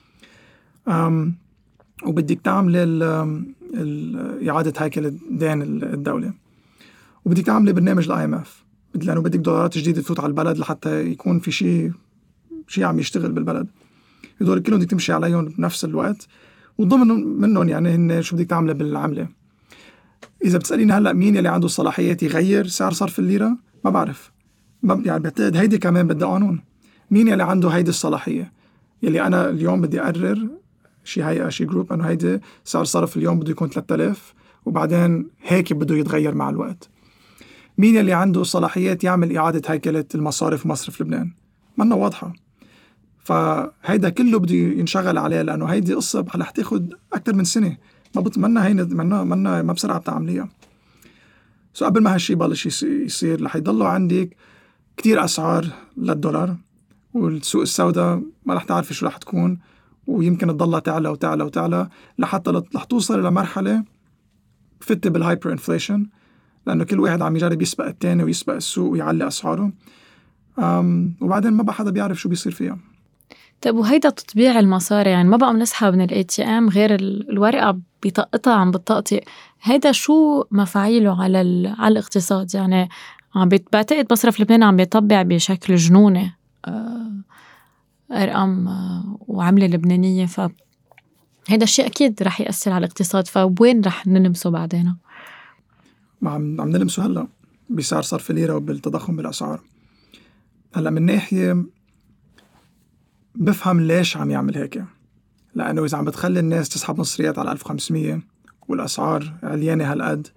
وبدك تعمل إعادة هيكلة دين الدولة، وبدك تعمل برنامج الIMF، لأنه بدك دولارات جديدة تفوت على البلد لحتى يكون في شيء عم يشتغل بالبلد. هدول كلهم بدك تمشي عليهم بنفس الوقت، وضمن منهم يعني هن شو بدك تعمل بالعملة. إذا بتسأليني هلأ مين اللي عنده صلاحيات يغير سعر صرف الليرة، ما بعرف. يعني بعتقد هيدي كمان بدها قانون. مين اللي عنده هيدي الصلاحية؟ يلي أنا اليوم بدي أقرر شي هيئة شي جروب أنه هيدي سعر صرف اليوم بده يكون 3000 وبعدين هيك بده يتغير مع الوقت. مين اللي عنده صلاحيات يعمل إعادة هيكلة المصارف ومصرف لبنان؟ منا واضحة. فهيدا كله بده ينشغل عليه، لأنه هيدي قصة رح تاخد أكتر من سنة، ما بسرعة بتعمليها. قبل ما هالشي بلش يصير رح يضلوا عندك كتير أسعار للدولار، والسوق السوداء ما رح تعرفي شو رح تكون، ويمكن تضلها تعلى وتعلى وتعلى لحتى رح توصل إلى مرحلة فتة بالهايبر انفليشن، لأنه كل واحد عم يجرب يسبق التاني ويسبق السوق ويعلي أسعاره، وبعدين ما بقى حدا بيعرف شو بيصير فيها. طيب وهيدا تطبيع المصاري يعني ما بقى بنسحب من ATM غير الورقة بطاقتها عم بتطقطق، هيدا شو مفاعيله على الاقتصاد؟ يعني بعتقد مصرف لبنان عم بيطبع بشكل جنوني أرقام وعملة لبنانية، فهيدا الشيء أكيد رح يأثر على الاقتصاد، فوين رح نلمسه بعدين؟ عم نلمسه هلأ بسعر صرف الليرة وبالتضخم بالأسعار. هلأ من ناحية بفهم ليش عم يعمل هيك، لأنه إذا عم بتخلي الناس تسحب مصريات على 1500 والأسعار عليانة هالقد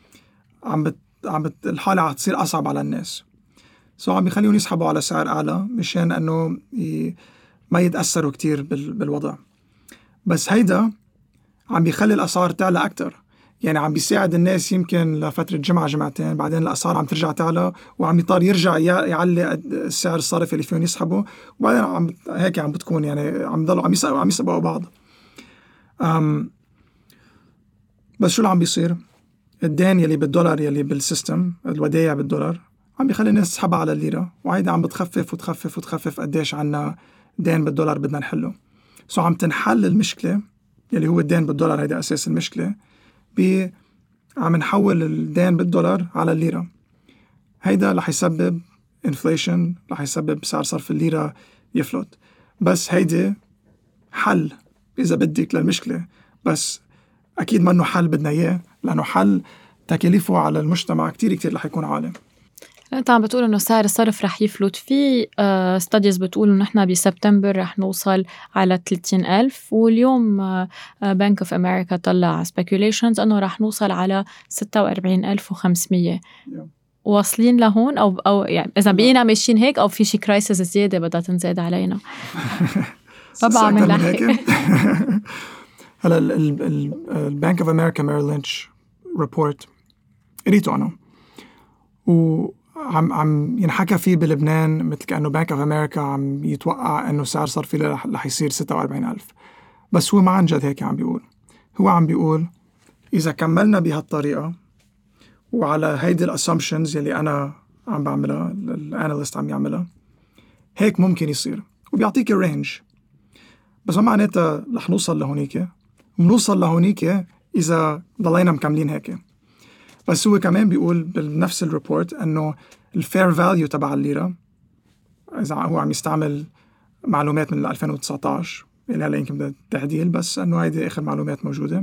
الحالة عم تصير أصعب على الناس، عم بيخليهم يسحبوا على سعر أعلى مشان أنه ما يتأثروا كتير بالوضع. بس هيدا عم بيخلي الأسعار تعلى أكتر، يعني عم بيساعد الناس يمكن لفترة جمعة جمعتين، بعدين الأسعار عم ترجع تعلى وعم يضطر يرجع يعلي السعر الصرفي اللي فيهم يسحبوا، وبعدين هيك عم بتكون يعني عم يضلوا عم يسبقوا بعض. بس شو اللي عم بيصير؟ الدين يلي بالدولار يلي بالسيستم، الودايع بالدولار، عم بيخلي الناس تسحبها على الليرة، وهيدا عم بتخفف وتخفف وتخفف قديش عنا دين بالدولار بدنا نحله. عم تنحل المشكلة يلي هو الدين بالدولار، هيدا أساس المشكلة، عم نحول الدين بالدولار على الليرة. هيدا رح يسبب انفليشن، رح يسبب سعر صرف الليرة يفلت. بس هيدا حل إذا بدك للمشكلة، بس أكيد ما إنه حل بدنا إياه، لأنه حل تكاليفه على المجتمع كتير رح يكون عالي. أنت عم بتقول إنه سعر الصرف رح يفلت. في ستاديز بتقول إنه نحن بسبتمبر رح نوصل على 30,000، واليوم بانك اوف أمريكا طلع speculations إنه رح نوصل على 46,500. واصلين لهون أو يعني إذا بقينا ماشيين هيك، أو في شي كرايسيس زيادة بدها تنزاد علينا؟ طبعا من لحق. هلا البانك اوف أمريكا ميريل لينش ريبورت قريته أنا، عم ينحكى فيه بلبنان مثل كأنه بانك اوف أمريكا عم يتوقع أنه سعر صرفي رح يصير 46,000. بس هو ما عن جد هيك عم بيقول. هو عم بيقول إذا كملنا بهالطريقة وعلى هيدي الاسامبشنز يلي أنا عم بعملها، الاناليست عم يعملها، هيك ممكن يصير، وبيعطيك الرينج. بس ما معناتها رح نوصل لهونيك، ونوصل لهونيك إذا ضلينا مكملين هيك. بس هو كمان بيقول بنفس الريبورت أنه الفير فاليو تبع الليرة، إذا هو عم يستعمل معلومات من 2019 اللي هلا يمكن تعديل، بس أنه هيدي آخر معلومات موجودة،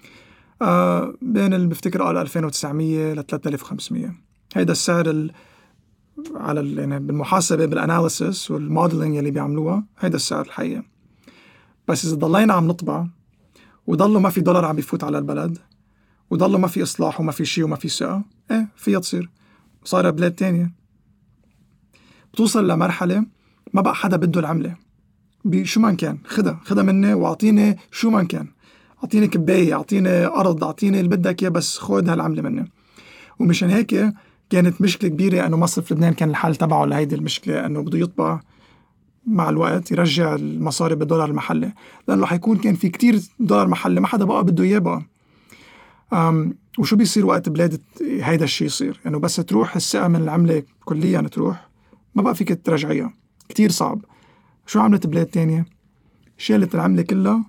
بين بفتكر قال 2900 ل 3500. هيدا السعر على يعني بالمحاسبة بالاناليسيس والموديلينج اللي بيعملوها، هيدا السعر الحقيقي. بس إذا ضلينا عم نطبع وضلوا ما في دولار عم بيفوت على البلد، وضلوا ما في إصلاح وما في شيء وما في ثقة، فيها تصير صار بلاد تانية. بتوصل لمرحلة ما بقى حدا بده العملة بشو ما كان، خدها مني وأعطيني شو ما كان، أعطيني كباية، أعطيني أرض، أعطيني اللي بدك إياه، بس خد هالعملة مني. ومشان هيك كانت مشكلة كبيرة أنه مصرف لبنان كان الحل تبعه لهيدي المشكلة، أنه بده يطبع مع الوقت يرجع المصاري بالدولار المحلي، لأنه حيكون كان في كتير دولار محلي ما حدا بقى بده إياه بقى. وشو بيصير وقت بلاد هيدا الشيء يصير؟ يعني بس تروح الثقة من العملة كليا، تروح ما بقى فيك ترجعيها، كتير صعب. شو عملت بلاد تانية؟ شالت العملة كلها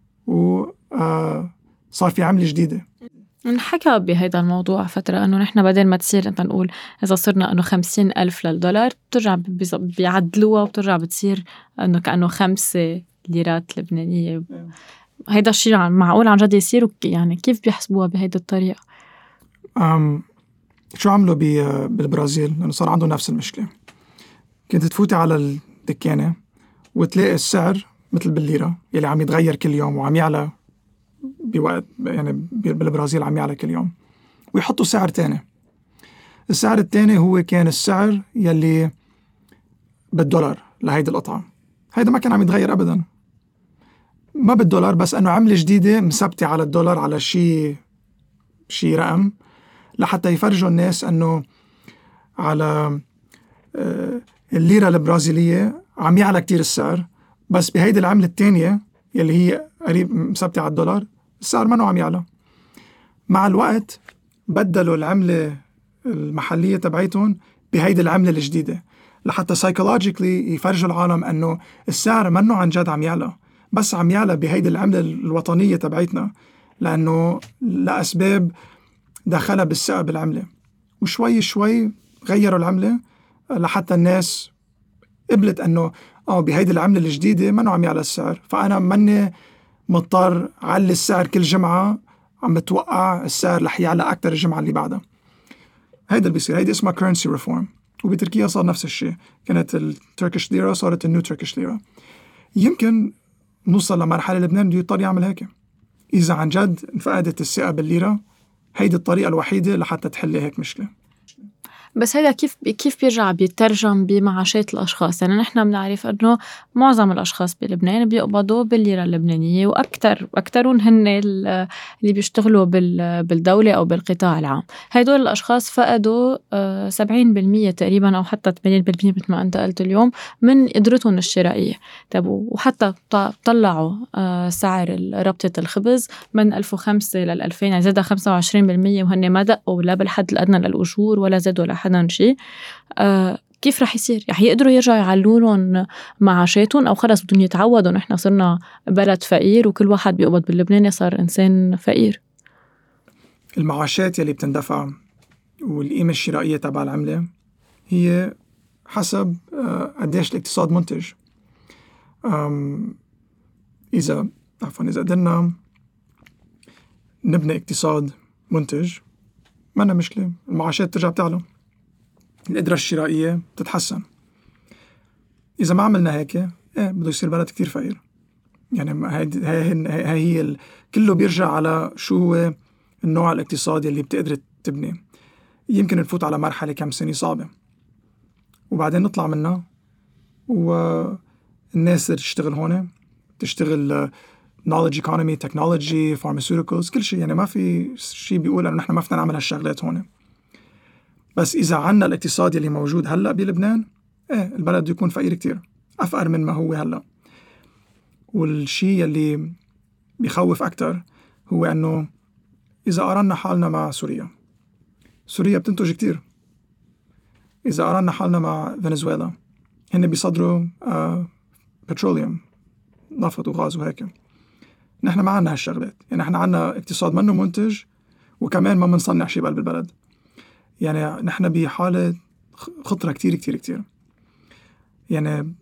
وصار في عملة جديدة. نحكى بهيدا الموضوع فترة أنه نحن بدل ما تصير أنت نقول إذا صرنا أنه 50,000 للدولار، بترجع بيعدلوها وبترجع بتصير أنه كأنه 5 ليرات لبنانية. هيدا الشيء معقول عن جد يصير؟ يعني كيف بيحسبوها بهيدا الطريقة؟ شو عملوا بالبرازيل؟ لأنه صار عندهم نفس المشكلة. كنت تفوتي على الدكانة وتلاقي السعر مثل بالليرة يلي عم يتغير كل يوم وعم يعلى بوقت، يعني بالبرازيل عم يعلى كل يوم، ويحطوا سعر تاني. السعر التاني هو كان السعر يلي بالدولار لهيدي القطعة. هيدا ما كان عم يتغير أبدا، ما بالدولار، بس أنه عملة جديدة مثبتة على الدولار على شي رقم، لحتى يفرجوا الناس أنه على الليرة البرازيلية عم يعلى كتير السعر، بس بهيدي العملة التانية يلي هي قريب مثبتة على الدولار السعر منه عم يعلى. مع الوقت بدلوا العملة المحلية تبعيتهم بهيدي العملة الجديدة، لحتى سايكولوجيكلي يفرجوا العالم أنه السعر منه عن جد عم يعلى، بس عم يعلى بهيدي العملة الوطنية تبعتنا، لأنه لأسباب دخلها بالثقة بالعملة. وشوي شوي غيروا العملة لحتى الناس قبلت أنه بهيدي العملة الجديدة منه عم يعلى السعر، فأنا مني مضطر علي السعر كل جمعة، عم بتوقع السعر رح يعلى أكتر الجمعة اللي بعدها. هيدا اللي بيصير، هيدي اسمها currency reform. وبتركيا صار نفس الشيء، كانت التركيش ليرة صارت النيو تركيش ليرة. يمكن نوصل لمرحلة لبنان بده يضطر يعمل هيك إذا عن جد انفقدت الثقة بالليرة. هيدي الطريقة الوحيدة لحتى تحل هيك مشكلة. بس هذا كيف بيرجع بيترجم بمعاشات الأشخاص؟ يعني نحن بنعرف أنه معظم الأشخاص بلبنان بيقبضوا بالليرة اللبنانية، وأكثرون هن اللي بيشتغلوا بالدولة أو بالقطاع العام. هيدول الأشخاص فقدوا 70% تقريبا أو حتى 80% مثل ما أنت قلت اليوم من قدرتهم الشرائية. طب وحتى طلعوا سعر ربطة الخبز من 2005 لل 2000 يعني زادها 25%، وهن ما دقوا لا بالحد الأدنى للأجور ولا زادوا حدا شيء. كيف رح يصير؟ رح يقدروا يرجعوا يعلولون معاشاتهم أو خلص بدهم يتعودوا نحن صرنا بلد فقير وكل واحد بيقبض باللبناني صار إنسان فقير؟ المعاشات يلي بتندفع والقيمة الشرائية تبع العملة هي حسب قديش الاقتصاد منتج. إذا قدرنا نبني اقتصاد منتج ما لنا مشكلة، المعاشات ترجع بتعلى، القدرة الشرائية تتحسن. إذا ما عملنا هيك بده يصير بلد كتير فقير. يعني هي كله بيرجع على شو هو النوع الاقتصادي اللي بتقدر تبني. يمكن نفوت على مرحلة كم سنة صعبة وبعدين نطلع منها، والناس تشتغل هون، تشتغل knowledge economy, technology, pharmaceuticals، كل شيء. يعني ما في شيء بيقول أنه نحن ما فينا نعمل هالشغلات هون. بس إذا عنا الاقتصاد اللي موجود هلأ بلبنان البلد يكون فقير كتير، أفقر من ما هو هلأ. والشيء اللي بيخوف أكتر هو أنه إذا قارنا حالنا مع سوريا بتنتج كتير. إذا قارنا حالنا مع فنزويلا، هن بيصدروا بتروليوم، نفط وغاز وهيك. نحن ما عنا هالشغلات. يعني نحن عنا اقتصاد منه منتج وكمان ما منصنع شيء بقلب البلد. يعني نحن بحالة خطرة كتير كتير كتير. يعني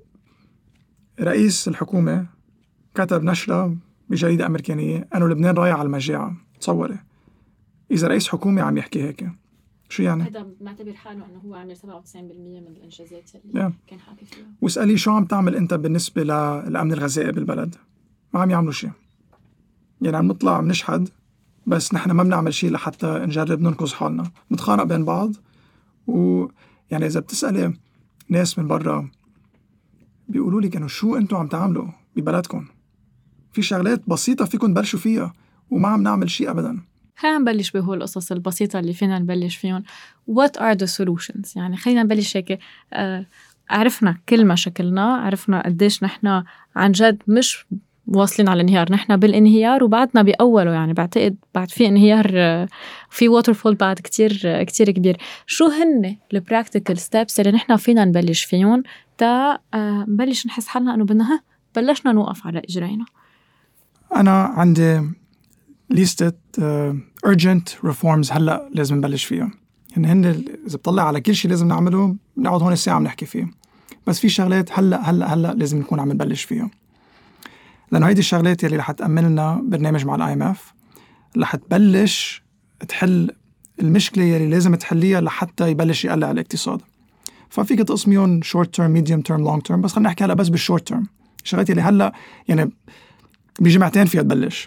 رئيس الحكومة كتب نشرة بجريدة أمريكانية أنه لبنان رايح على المجاعة. تصوري إذا رئيس حكومة عم يحكي هيك، شو يعني؟ هذا معتبر حاله أنه هو عامل 97% من الإنجازات اللي كان حاكي فيها. واسألي شو عم تعمل أنت بالنسبة للأمن الغذائي بالبلد؟ ما عم يعملوا شيء. يعني عم نطلع عم نشحد، بس نحن ما بنعمل شيء لحتى نجرب ننقذ حالنا. نتخانق بين بعض. ويعني إذا بتسألي ناس من برا بيقولوا لك إنه شو أنتوا عم تعملوا ببلدكم؟ في شغلات بسيطة فيكم تبلشوا فيها وما عم نعمل شيء أبدا. خلينا نبلش بهول القصص البسيطة اللي فينا نبلش فيهم. What are the solutions؟ يعني خلينا نبلش هيك. عرفنا كل مشاكلنا، عرفنا قديش نحن عن جد مش واصلين على الانهيار، نحن بالانهيار وبعدنا بأوله. يعني بعتقد بعد في انهيار، في waterfall بعد كتير كتير كبير. شو هن البراكتيكال ستيبس اللي نحن فينا نبلش فيهم تا نبلش نحس حالنا أنه بدنا بلشنا نوقف على إجرينا؟ أنا عندي ليستة urgent reforms هلأ لازم نبلش فيها. يعني هن إذا بطلع على كل شيء لازم نعمله بنقعد هون الساعة عم نحكي فيه. بس في شغلات هلأ لازم نكون عم نبلش فيها، لأنه هيدي الشغلات يلي رح تأمن لنا برنامج مع الIMF، رح تبلش تحل المشكلة يلي لازم تحليها لحتى يبلش يقلع الاقتصاد. ففيك تقسميهم short term, medium term, long term. بس خلينا نحكي هلأ بس بالshort term، الشغلات يلي هلأ يعني بجمعتين فيها تبلش.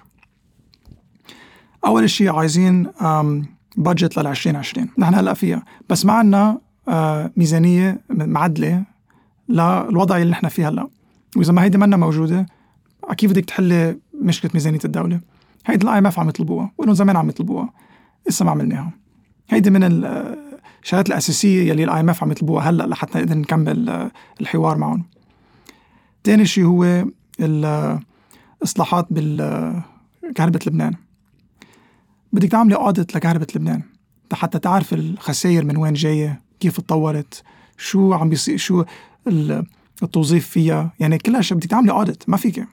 أول شيء عايزين budget لل2020. نحن هلأ فيها بس ما عنا ميزانية معدلة للوضع اللي نحن فيه هلأ. وإذا ما هيدي منا موجودة كيف بدك تحل مشكلة ميزانية الدولة؟ هيدي الIMF عم يطلبوها وإنه زمان عم يطلبوها، لسه ما عملناها. هيدي من الشغلات الأساسية يلي الIMF عم يطلبوها هلأ لحتى نقدر نكمل الحوار معهم. تاني شيء هو الإصلاحات بالكهرباء لبنان. بدك تعملي audit لكهرباء لبنان حتى تعرف الخسائر من وين جاية، كيف اتطورت، شو عم بيصير، شو التوظيف فيها، يعني كل هالشيء بدك تعملي audit. ما فيك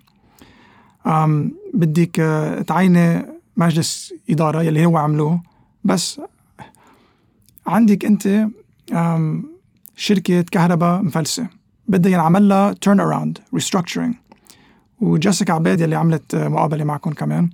بدك تعيني مجلس إدارة يلي هو عملوه، بس عندك أنت شركة كهرباء مفلسة بدها ينعمل لها turn around restructuring. وجيسيكا عباد يلي عملت مقابلة معكم كمان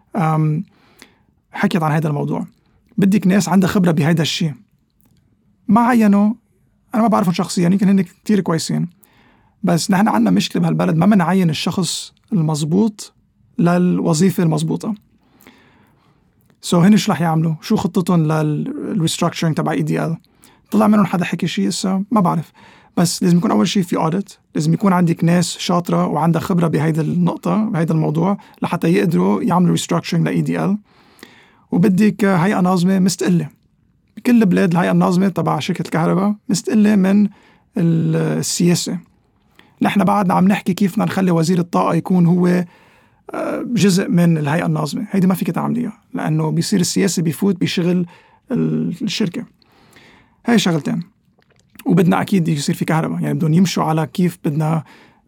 حكيت عن هذا الموضوع. بدك ناس عندها خبرة بهذا الشيء. ما عينوا، أنا ما بعرفهم شخصيا، يمكن هن كتير كويسين، بس نحن عندنا مشكلة بهالبلد، ما بنعين الشخص المضبوط للوظيفة المضبوطة. هن شو رح يعملوا؟ شو خطتهم للريستراكشرينج تبع EDL؟ طلع منهم حدا حكي شيء لسه؟ ما بعرف. بس لازم يكون أول شيء في audit، لازم يكون عندك ناس شاطرة وعندها خبرة بهيدا النقطة، بهيدا الموضوع، لحتى يقدروا يعملوا ريستراكشرينج لEDL. وبدك هيئة ناظمة مستقلة. بكل البلاد الهيئة الناظمة تبع شركة الكهرباء مستقلة من السياسة. نحن بعدنا عم نحكي كيف بدنا نخلي وزير الطاقة يكون هو جزء من الهيئة الناظمة. هيدي ما فيك تعمليها، لأنه بيصير السياسة بيفوت بشغل الشركة. هاي شغلتين. وبدنا أكيد يصير في كهرباء، يعني بدهم يمشوا على كيف بدنا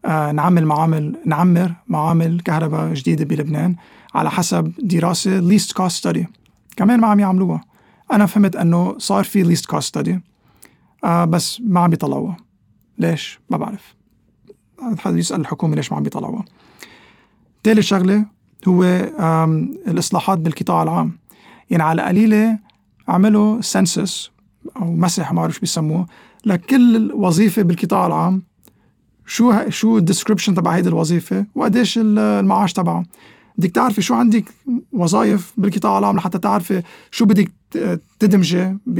نعمر معامل كهرباء جديدة بلبنان على حسب دراسة least cost study. كمان ما عم يعملوها. أنا فهمت أنه صار في least cost study بس ما عم بيطلعوها. ليش؟ ما بعرف. حد يسأل الحكومة ليش ما عم بيطلعوها. ثالث شغلة هو الإصلاحات بالقطاع العام. يعني على قليلة عملوا سنسس أو مسح، ما أعرف شو بيسموه، لكل وظيفة بالقطاع العام. شو الديسكريبشن تبع هيدي الوظيفة وقديش المعاش تبعه. بدك تعرفي شو عندك وظائف بالقطاع العام لحتى تعرفي شو بدك تدمجي ب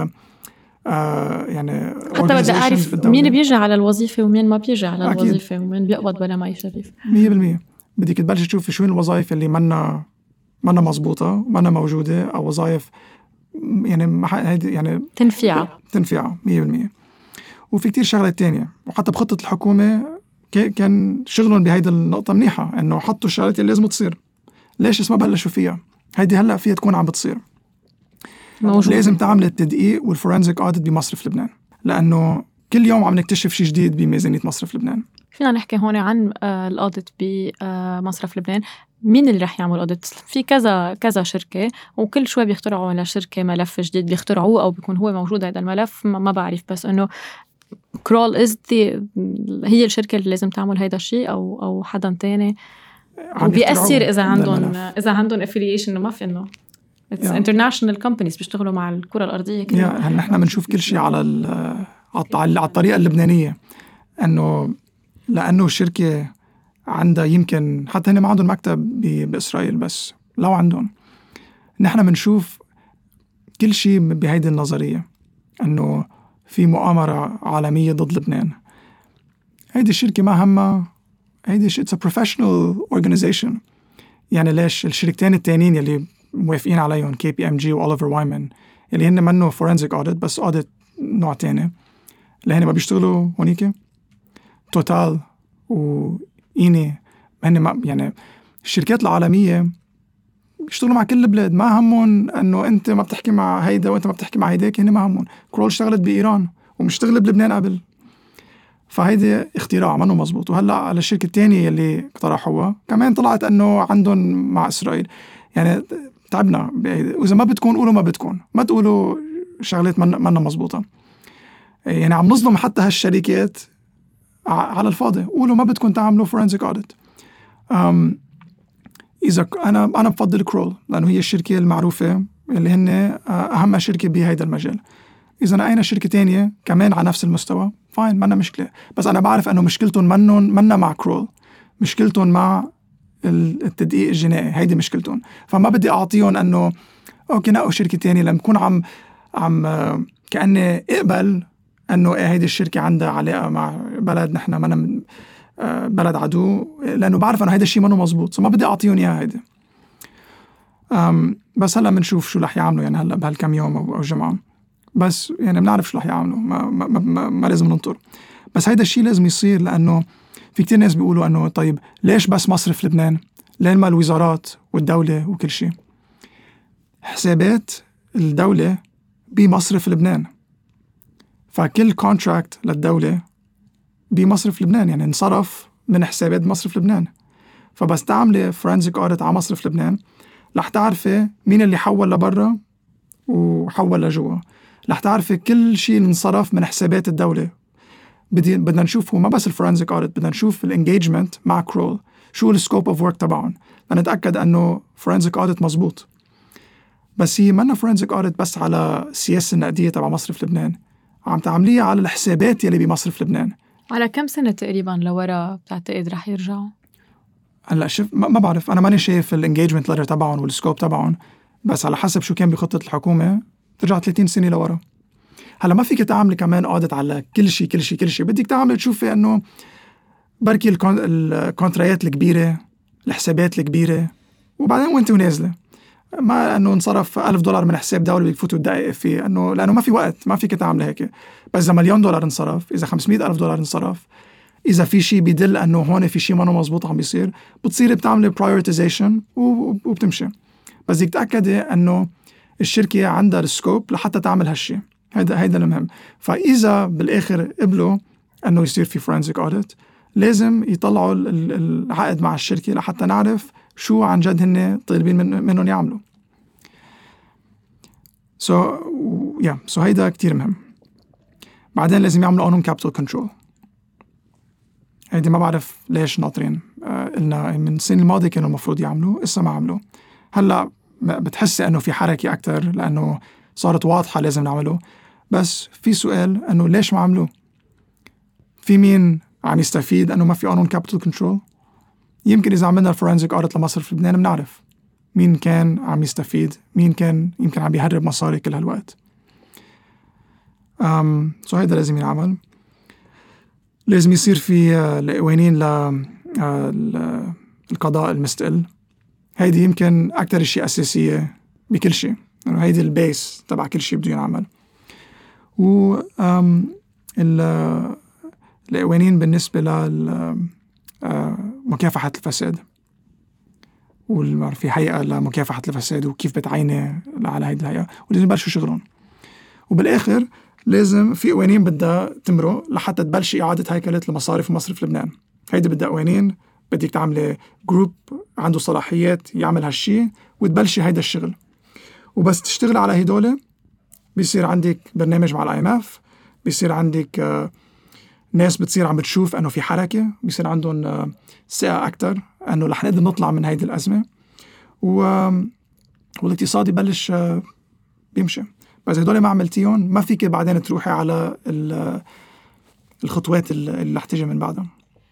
يعني حتى بدي أعرف مين بيجي على الوظيفة ومين ما بيجي على الوظيفة ومين بيقبض ولا ما يشرف. 100% بدك تبلش تشوفي شو الوظائف اللي منا مزبوطة، منا موجودة، أو وظائف يعني تنفيعة 100%. وفي كتير شغلات تانية. وحتى بخطة الحكومة كان شغلهم بهيدا النقطة منيحة، إنه حطوا الشغلات اللي لازم تصير. ليش اسمها بلشوا فيها؟ هيدي هلأ فيها تكون عم بتصير. لازم تعمل التدقيق والفورنزيك audit بمصرف لبنان، لأنه كل يوم عم نكتشف شيء جديد بميزانية مصرف لبنان. فينا نحكي هون عن الأوديت بمصرف لبنان. مين اللي رح يعمل أوديت؟ في كذا شركة، وكل شوي بيخترعوا لشركة ملف جديد بيخترعوه أو بيكون هو موجود هذا الملف. ما بعرف، بس إنه كرول هي الشركة اللي لازم تعمل هيدا الشيء أو حدا تاني. وبيأثر إذا عندهم affiliation، إنه ما في إنه international companies بيشتغلوا مع الكرة الأرضية كلها. نحن بنشوف كل شيء على الطريقة اللبنانية، إنه لأنه الشركة عندها يمكن حتى هنا ما عندهم مكتب بإسرائيل، بس لو عندهم، نحن بنشوف كل شيء بهيدي النظرية إنه في مؤامرة عالمية ضد لبنان. هيدي الشركة ما همها، هيدي it's a professional organization. يعني ليش الشركتين التانيين يلي موافقين عليهم KPMG وأوليفر وايمن، يلي هن منه forensic audit بس audit نوع تاني، اللي هن ما بيشتغلوا هونيك توتال وإيني، هن يعني الشركات العالمية بيشتغلوا مع كل البلاد. ما همون أنه أنت ما بتحكي مع هيدا وأنت ما بتحكي مع هيداك. هن ما همون. كرول اشتغلت بإيران ومشتغلت بلبنان قبل، فهيدي اختراع منه مزبوط. وهلأ على الشركة التانية اللي اقترحوها كمان طلعت أنه عندهم مع إسرائيل. يعني تعبنا. وإذا ما بتكون قولوا ما بتكون، ما تقولوا شغلات منه مزبوطة. يعني عم نظلم حتى هالشركات على الفاضي. قولوا ما بتكون تعملوا forensic audit. إذا أنا بفضل كرول لأنه هي الشركة المعروفة اللي هن أهم شركة بهذا المجال. إذا أين شركة تانية كمان على نفس المستوى فاين، منا مشكلة. بس أنا بعرف أنه مشكلتهم منا مع كرول، مشكلتهم مع التدقيق الجنائي. هيدي مشكلتهم. فما بدي أعطيهم أنه أوكي نقوا شركة تانية لما يكون عم كأني اقبل أنه هيدي الشركة عندها علاقة مع بلد نحن منا بلد عدو، لأنه بعرف أنه هيدا الشيء منه مزبوط. ما بدي أعطيهم إياه هيدا. بس هلأ بنشوف شو رح يعملوا، يعني هلأ بهالكم يوم أو جمعة. بس يعني بنعرف شو رح يعملوا. ما لازم ننطر. بس هيدا الشيء لازم يصير، لأنه في كتير ناس بيقولوا أنه طيب ليش بس مصرف لبنان؟ لين ما الوزارات والدولة وكل شيء. حسابات الدولة بمصرف لبنان. فكل كونتراكت للدولة بمصرف لبنان، يعني انصرف من حسابات مصرف لبنان. فبس تعملي فرنسيك اوديت على مصرف لبنان رح تعرفي مين اللي حول لبرا وحول لجوا، رح تعرفي كل شيء انصرف من حسابات الدولة. بدنا نشوف هو ما بس الفورنزيك اوديت، بدنا نشوف الانجيجمنت مع كرول، شو السكوب اوف ورك تبعهم لنتأكد انه فورنزيك اوديت مزبوط. بس هي منا فورنزيك اوديت بس على السياسة النقدية تبع مصرف لبنان، عم تعمليها على الحسابات يلي بمصرف لبنان. على كم سنة تقريبا لورا بتعتقد رح يرجعوا؟ هلا شوف، ما بعرف، انا ماني شايف الانجيجمنت ليتر تبعهم والسكوب تبعهم، بس على حسب شو كان بخطة الحكومة ترجع 30 سنة لورا. هلا ما فيك تعملي كمان اوديت على كل شيء، بدك تعملي تشوفي انه بركي الكونترايات الكبيرة، الحسابات الكبيرة، وبعدين وانت ونازلة ما انه انصرف $1000 من حساب دولة بدك تفوتوا تدقق فيه، لانه ما في وقت، ما فيك تعمل هيك. بس إذا $1,000,000 انصرف، إذا $500,000 انصرف، إذا في شيء بيدل أنه هون في شيء ما مزبوط عم بيصير، بتصير بتعمل prioritization وبتمشي. بس بدك تأكدي أنه الشركة عندها السكوب لحتى تعمل هالشيء، هيدا المهم. فإذا بالآخر قبلوا أنه يصير في forensic audit، لازم يطلعوا العقد مع الشركة لحتى نعرف شو عن جد هن طالبين منهم يعملوا. So هيدا كتير مهم. بعدين لازم يعملوا قانون capital control. هيدي ما بعرف ليش ناطرين، قلنا من السنة الماضية كانوا المفروض يعملوا، إسا ما عملوا. هلأ بتحسي أنه في حركة أكتر لأنه صارت واضحة لازم نعمله، بس في سؤال أنه ليش ما عملوا؟ في مين عم يستفيد أنه ما في قانون capital control؟ يمكن إذا عملنا الفورنزيك audit لمصر في لبنان بنعرف مين كان عم يستفيد، مين كان يمكن عم يهرب مصاري كل هالوقت. هيدا لازم ينعمل. لازم يصير في قوانين للقضاء المستقل. هيدي يمكن أكتر شيء أساسية بكل شيء، يعني هيدي البيس تبع كل شيء بده ينعمل. القوانين بالنسبة لمكافحة الفساد، وفي هيئة لمكافحة الفساد وكيف بتعيني على هيدي الهيئة، ولازم يبلشوا شغلهم. وبالآخر لازم في قوانين بدها تمرق لحتى تبلش إعادة هيكلة المصارف ومصرف لبنان. هيدي بدها قوانين، بدك تعملي جروب عنده صلاحيات يعمل هالشي وتبلشي هيدا الشغل. وبس تشتغل على هيدول بيصير عندك برنامج مع الIMF، بيصير عندك ناس بتصير عم بتشوف أنه في حركة، بيصير عندهم ثقة أكتر أنه رح نقدر نطلع من هيدي الأزمة، والاقتصاد يبلش بيمشي. بس هدول ما عملتيهم ما فيك بعدين تروحي على الخطوات اللي رح تيجي من بعدها.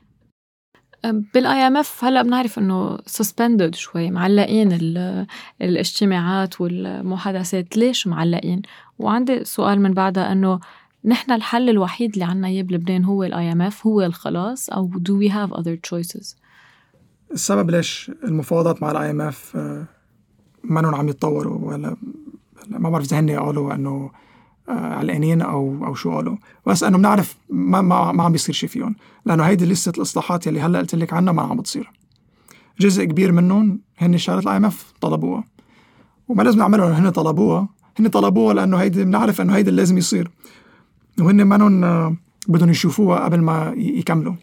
بالIMF هلأ بنعرف إنه suspended شوي، معلقين الاجتماعات والمحادثات. ليش معلقين؟ وعندي سؤال من بعدها، إنه نحن الحل الوحيد اللي عنا إياه بلبنان هو الIMF، هو الخلاص، أو do we have other choices؟ السبب ليش المفاوضات مع الIMF ما عم يتطوروا، ولا ما بعرف إذا هن قالوا أنه علقانين أو شو قالوا، بس أنه بنعرف ما عم بيصير شيء فيهم، لأنه هيدي لسه الإصلاحات يلي هلأ قلت لك عنها ما عم بتصير. جزء كبير منهم هن شغلات الIMF طلبوها، وما لازم نعملها، هن طلبوها لأنه هيدي بنعرف أنه هيدي لازم يصير، وهن منهم بدهم يشوفوها قبل ما يكملوا.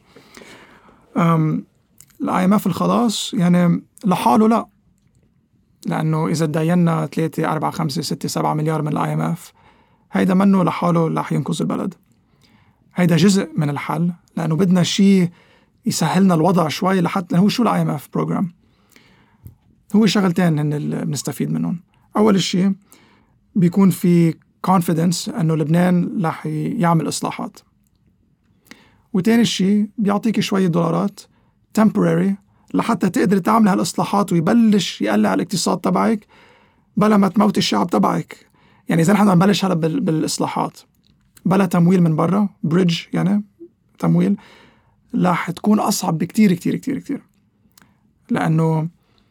الIMF الخلاص يعني لحاله لا، لأنه إذا تدينا 3 4 5 6 7 مليار من الIMF، هيدا منه لحاله رح ينقذ البلد. هيدا جزء من الحل، لأنه بدنا شيء يسهلنا الوضع شوي لحتى هو شو الIMF بروجرام. هو شغلتين هن اللي بنستفيد منهم. أول شيء بيكون في confidence أنه لبنان رح يعمل إصلاحات، وتاني شيء بيعطيك شوية دولارات temporary لحتى تقدر تعمل هالإصلاحات ويبلش يقلع الاقتصاد تبعك بلا ما تموت الشعب تبعك. يعني إذا نحن نبلش هلا بالإصلاحات بلا تمويل من برا، بريدج يعني تمويل، راح تكون أصعب بكتير كتير كتير كتير، لأنه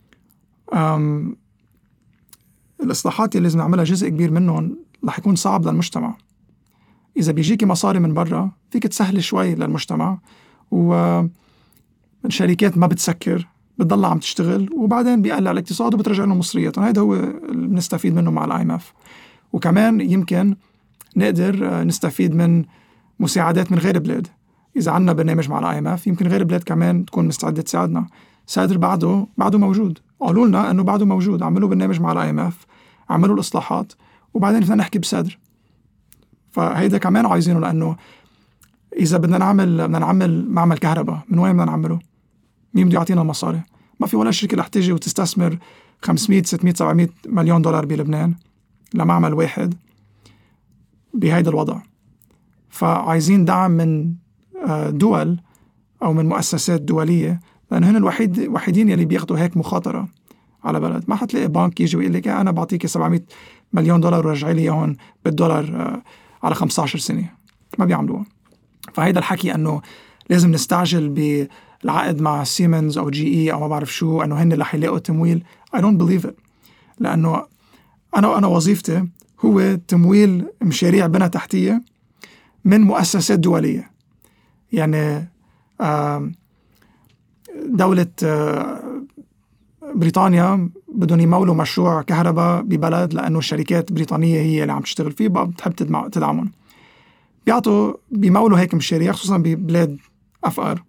الإصلاحات اللي لازم نعملها جزء كبير منهم راح يكون صعب للمجتمع. إذا بيجيكي مصاري من برا فيك تسهل شوي للمجتمع، والشركات ما بتسكر، بتضل عم تشتغل، وبعدين بيقلع الاقتصاد وبترجع لهم مصرياتهم. هذا هو اللي بنستفيد منه مع الIMF. وكمان يمكن نقدر نستفيد من مساعدات من غير بلاد. إذا عنا برنامج مع IMF يمكن غير بلاد كمان تكون مستعدة تساعدنا. سادر بعده موجود، قالوا لنا أنه بعده موجود، عملوا برنامج مع IMF، عملوا الإصلاحات، وبعدين بدنا نحكي بسادر. فهيدا كمان عايزينه، لأنه إذا بدنا نعمل معمل كهرباء، من وين بدنا نعمله؟ مين بده يعطينا المصاري؟ ما في ولا شركة رح تيجي وتستثمر 500 600 700 مليون دولار بلبنان لمعمل واحد بهيدا الوضع. فعايزين دعم من دول أو من مؤسسات دولية، لأن هن الوحيدين يلي بياخدوا هيك مخاطرة على بلد. ما حتلاقي بنك يجي ويقول لك أنا بعطيك 700 مليون دولار ورجعي لي إياهم بالدولار على 15 سنة. ما بيعملوها. فهيدا الحكي أنه لازم نستعجل بالعقد مع سيمنز أو GE أو ما بعرف شو، أنه هن اللي حيلاقوا تمويل. I don't believe it. لأنه أنا وظيفتي هو تمويل مشاريع بنى تحتية من مؤسسات دولية. يعني دولة بريطانيا بدهم يمولوا مشروع كهرباء ببلد لأنه الشركات البريطانية هي اللي عم تشتغل فيه، بتحب تدعمهم. بيمولوا هيك مشاريع خصوصا ببلاد أفقر.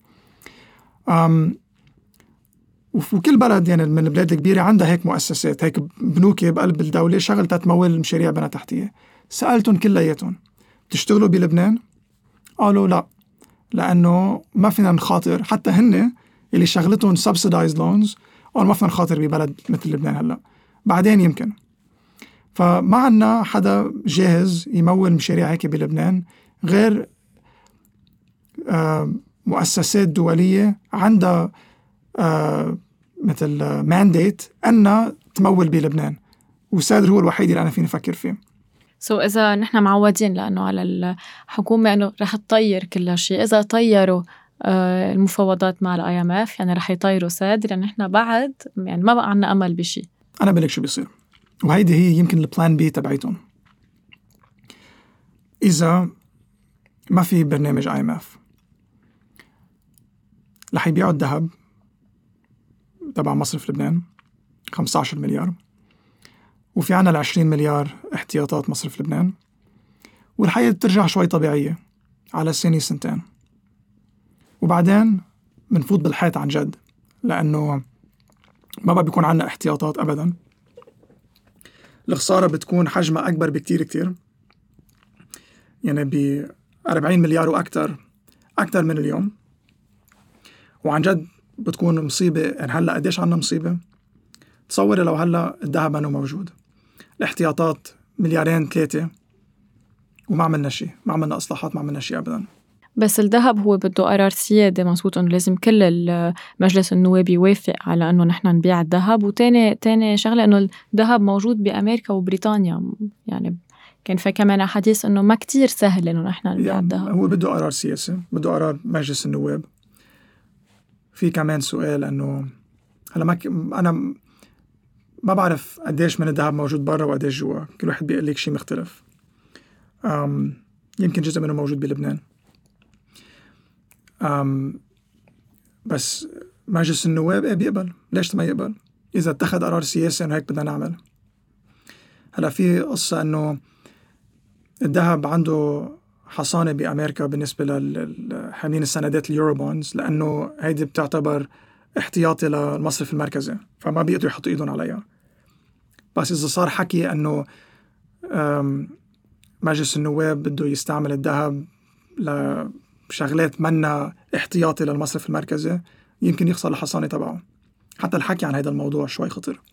وكل بلد يعني من البلاد الكبيرة عندها هيك مؤسسات، هيك بنوك بقلب الدولة شغلتها تمول مشاريع بنى تحتية. سألتهم كلياتهم بتشتغلوا بلبنان؟ قالوا لا، لأنه ما فينا نخاطر. حتى هن اللي شغلتهم subsidized loans قالوا ما فينا نخاطر ببلد مثل لبنان هلأ، بعدين يمكن. فما عنا حدا جاهز يمول مشاريع هيك بلبنان غير مؤسسات دولية عندها مثل mandate أنها تمول بلبنان، وسادر هو الوحيد اللي أنا فيني أفكر فيه. إذا نحن معودين لأنه على الحكومة أنه رح تطير كل شيء، إذا طيروا المفاوضات مع IMF يعني رح يطيروا سادر، يعني نحن بعد يعني ما بقى عنا أمل بشي. أنا بلك شو بيصير، وهيدي هي يمكن البلان بي تبعيتهم. إذا ما في برنامج IMF رح يبيعوا الذهب تبع مصرف لبنان 15 مليار، وفي عنا 20 مليار احتياطات مصرف لبنان، والحياة بترجع شوي طبيعية على سنة سنتين، وبعدين بنفوت بالحياة عن جد، لأنه ما بقى بيكون عنا احتياطات أبدا. الخسارة بتكون حجمها أكبر بكتير كتير، يعني ب40 مليار وأكتر من اليوم. وعن جد بتكون مصيبة. يعني هلأ قديش عنا مصيبة؟ تصوري لو هلأ الذهب أنه موجود، الاحتياطات 2 3 وما عملنا شيء، ما عملنا إصلاحات، ما عملنا شيء أبدا. بس الذهب هو بده قرار سيادة، مظبوط إنه لازم كل مجلس النواب يوافق على إنه نحن نبيع الذهب. وتاني شغلة إنه الذهب موجود بأمريكا وبريطانيا، يعني كان في كمان حديث إنه ما كتير سهل إنه نحن نبيع الذهب. هو بده قرار سياسي، بده قرار مجلس النواب. في كمان سؤال إنه هلا أنا ما بعرف قديش من الذهب موجود برا وقديش جوا، كل واحد بيقول لك شيء مختلف. يمكن جزء منه موجود بلبنان. بس مجلس النواب بيقبل، ليش ما يقبل إذا اتخذ قرار سياسي إنه هيك بدنا نعمل. هلا في قصة إنه الذهب عنده حصانة بأمريكا بالنسبة لحاملين السندات اليورو بونز، لأنه هيدي بتعتبر احتياطي للمصرف المركزي، فما بيقدروا يحطوا إيدهم عليها. بس إذا صار حكي أنه مجلس النواب بده يستعمل الذهب لشغلات منا احتياطي للمصرف المركزي، يمكن يخسر الحصانة تبعه. حتى الحكي عن هذا الموضوع شوي خطر.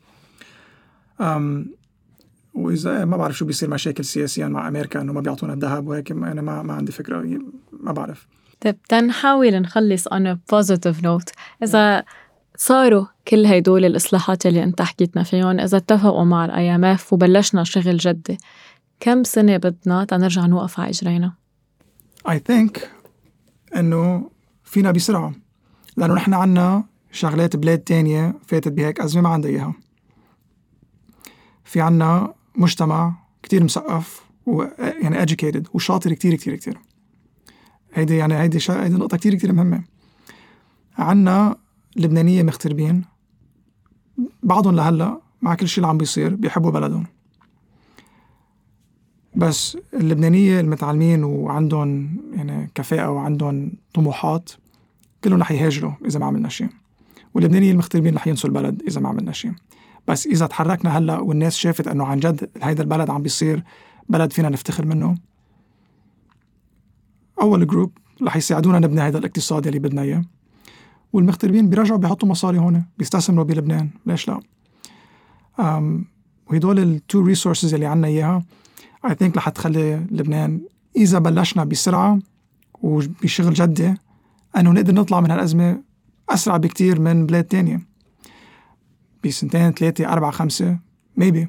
وإذا ما بعرف شو بيصير مشاكل سياسيا مع أمريكا أنه ما بيعطونا الذهب وهيك، أنا ما عندي فكرة، ما بعرف. طيب تنحاول نخلص on a positive note. إذا صاروا كل هيدول الإصلاحات اللي أنت حكيتنا فيهم، إذا اتفقوا مع IMF وبلشنا شغل جدي، كم سنة بدنا تنرجع نوقف على إجرينا؟ I think أنه فينا بسرعة، لأنه نحن عنا شغلات بلاد تانية فاتت بهيك أزمة ما عندها إياها. في عنا مجتمع كتير مثقف يعني educated وشاطر كتير كتير كتير. هيدي نقطة كتير كتير مهمة. عنا لبنانية مغتربين، بعضهم لهلا مع كل شيء اللي عم بيصير بيحبوا بلدهم، بس اللبنانية المتعلمين وعندهم يعني كفاءة وعندهم طموحات كلهم رح يهاجروا إذا ما عملنا شيء، واللبنانيين المغتربين رح ينسوا البلد إذا ما عملنا شيء. بس إذا تحركنا هلأ والناس شافت أنه عن جد هيدا البلد عم بيصير بلد فينا نفتخر منه، أول جروب رح يساعدونا نبني هيدا الاقتصاد اللي بدنا إياه، والمغتربين بيرجعوا بيحطوا مصاري هون بيستثمروا بلبنان، ليش لا؟ وهدول التو ريسورسز اللي عنا إياها I think رح تخلي لبنان إذا بلشنا بسرعة وبشغل جدي أنه نقدر نطلع من هالأزمة أسرع بكتير من بلاد تانية، بسنتين 3 4 5 maybe.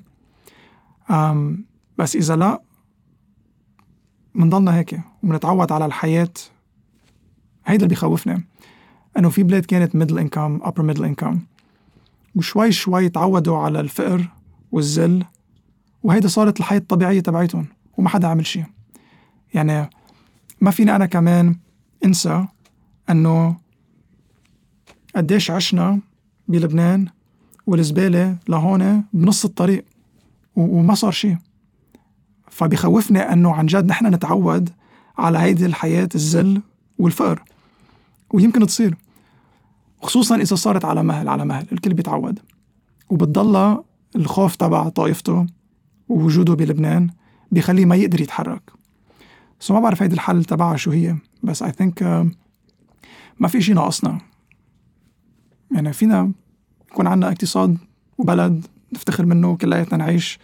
بس إذا لا منضلنا هيك ومنتعود على الحياة، هيدا اللي بيخوفنا، أنه في بلاد كانت middle income upper middle income وشوي شوي تعودوا على الفقر والذل، وهيدا صارت الحياة الطبيعية تبعيتهم وما حدا عمل شيء. يعني ما فينا أنا كمان انسى أنه قديش عشنا بلبنان والزبالة لهون بنص الطريق وما صار شيء. فبيخوفنا أنه عن جد نحن نتعود على هيدي الحياة الذل والفقر، ويمكن تصير، خصوصا إذا صارت على مهل الكل بيتعود وبتضل الخوف تبع طائفته ووجوده بلبنان بيخليه ما يقدر يتحرك. ما بعرف هيدي الحل تبعها شو هي، بس I think ما في شيء ناقصنا. يعني فينا يكون عنا اقتصاد وبلد نفتخر منه كلياتنا نعيش.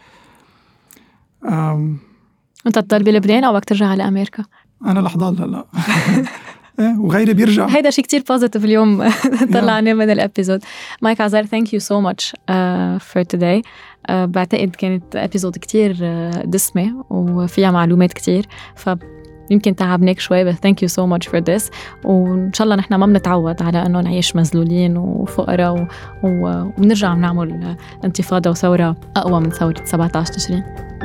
أنت تضل بلبنان أو بدك ترجع على أمريكا؟ أنا رح ضل هلا وغيري بيرجع. هيدا شيء كتير بوزيتيف اليوم طلعنا من الابيزود. مايك عزار thank you so much for today. بعتقد كانت ابيزود كتير دسمة وفيها معلومات كتير، فيمكن تعبناك شوي، بس thank you so much for this. وإن شاء الله نحن ما بنتعود على أنه نعيش مذلولين وفقراء ونرجع نعمل انتفاضة وثورة أقوى من ثورة 17 تشرين.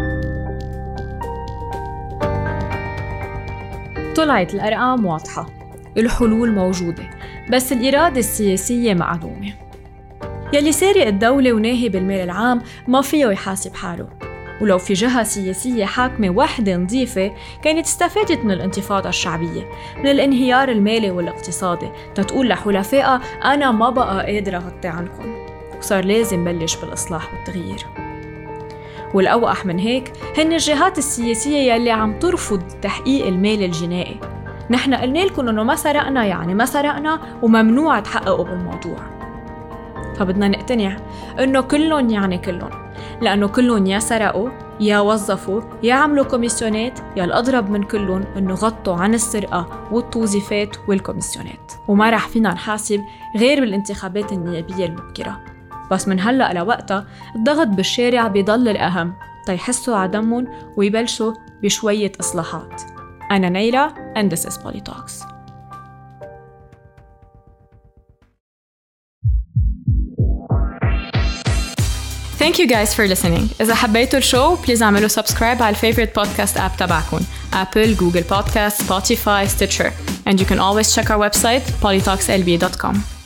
طلعت الأرقام واضحة، الحلول موجودة، بس الإرادة السياسية معدومة. يلي سارق الدولة وناهب المال العام ما فيه يحاسب حاله، ولو في جهة سياسية حاكمة واحدة نظيفة كانت استفادت من الانتفاضة الشعبية، من الانهيار المالي والاقتصادي، تتقول لحلفائها أنا ما بقى قادرة أغطي عنكم، وصار لازم بلش بالإصلاح والتغيير. والأوقح من هيك هن الجهات السياسية يلي عم ترفض تحقيق المال الجنائي. نحن قلنا لكم إنه ما سرقنا يعني ما سرقنا وممنوع تحققوا بالموضوع، فبدنا نقتنع إنه كلهم يعني كلهم، لأنه كلهم يا سرقوا يا وظفوا يا عملوا كوميسيونات، يا الأضرب من كلهم إنه غطوا عن السرقة والتوظيفات والكوميسيونات. وما رح فينا نحاسب غير بالانتخابات النيابية المبكرة، بس من هلأ لوقتها الضغط بالشارع بيضل الأهم تيحسوا عدمهم ويبلشوا بشوية إصلاحات. أنا نيلة and this is PoliTalks. Thank you guys for listening. إذا حبيتوا الشو please اعملوا subscribe على favorite podcast app تبعكم Apple, Google Podcasts, Spotify, Stitcher. And you can always check our website polytalkslb.com.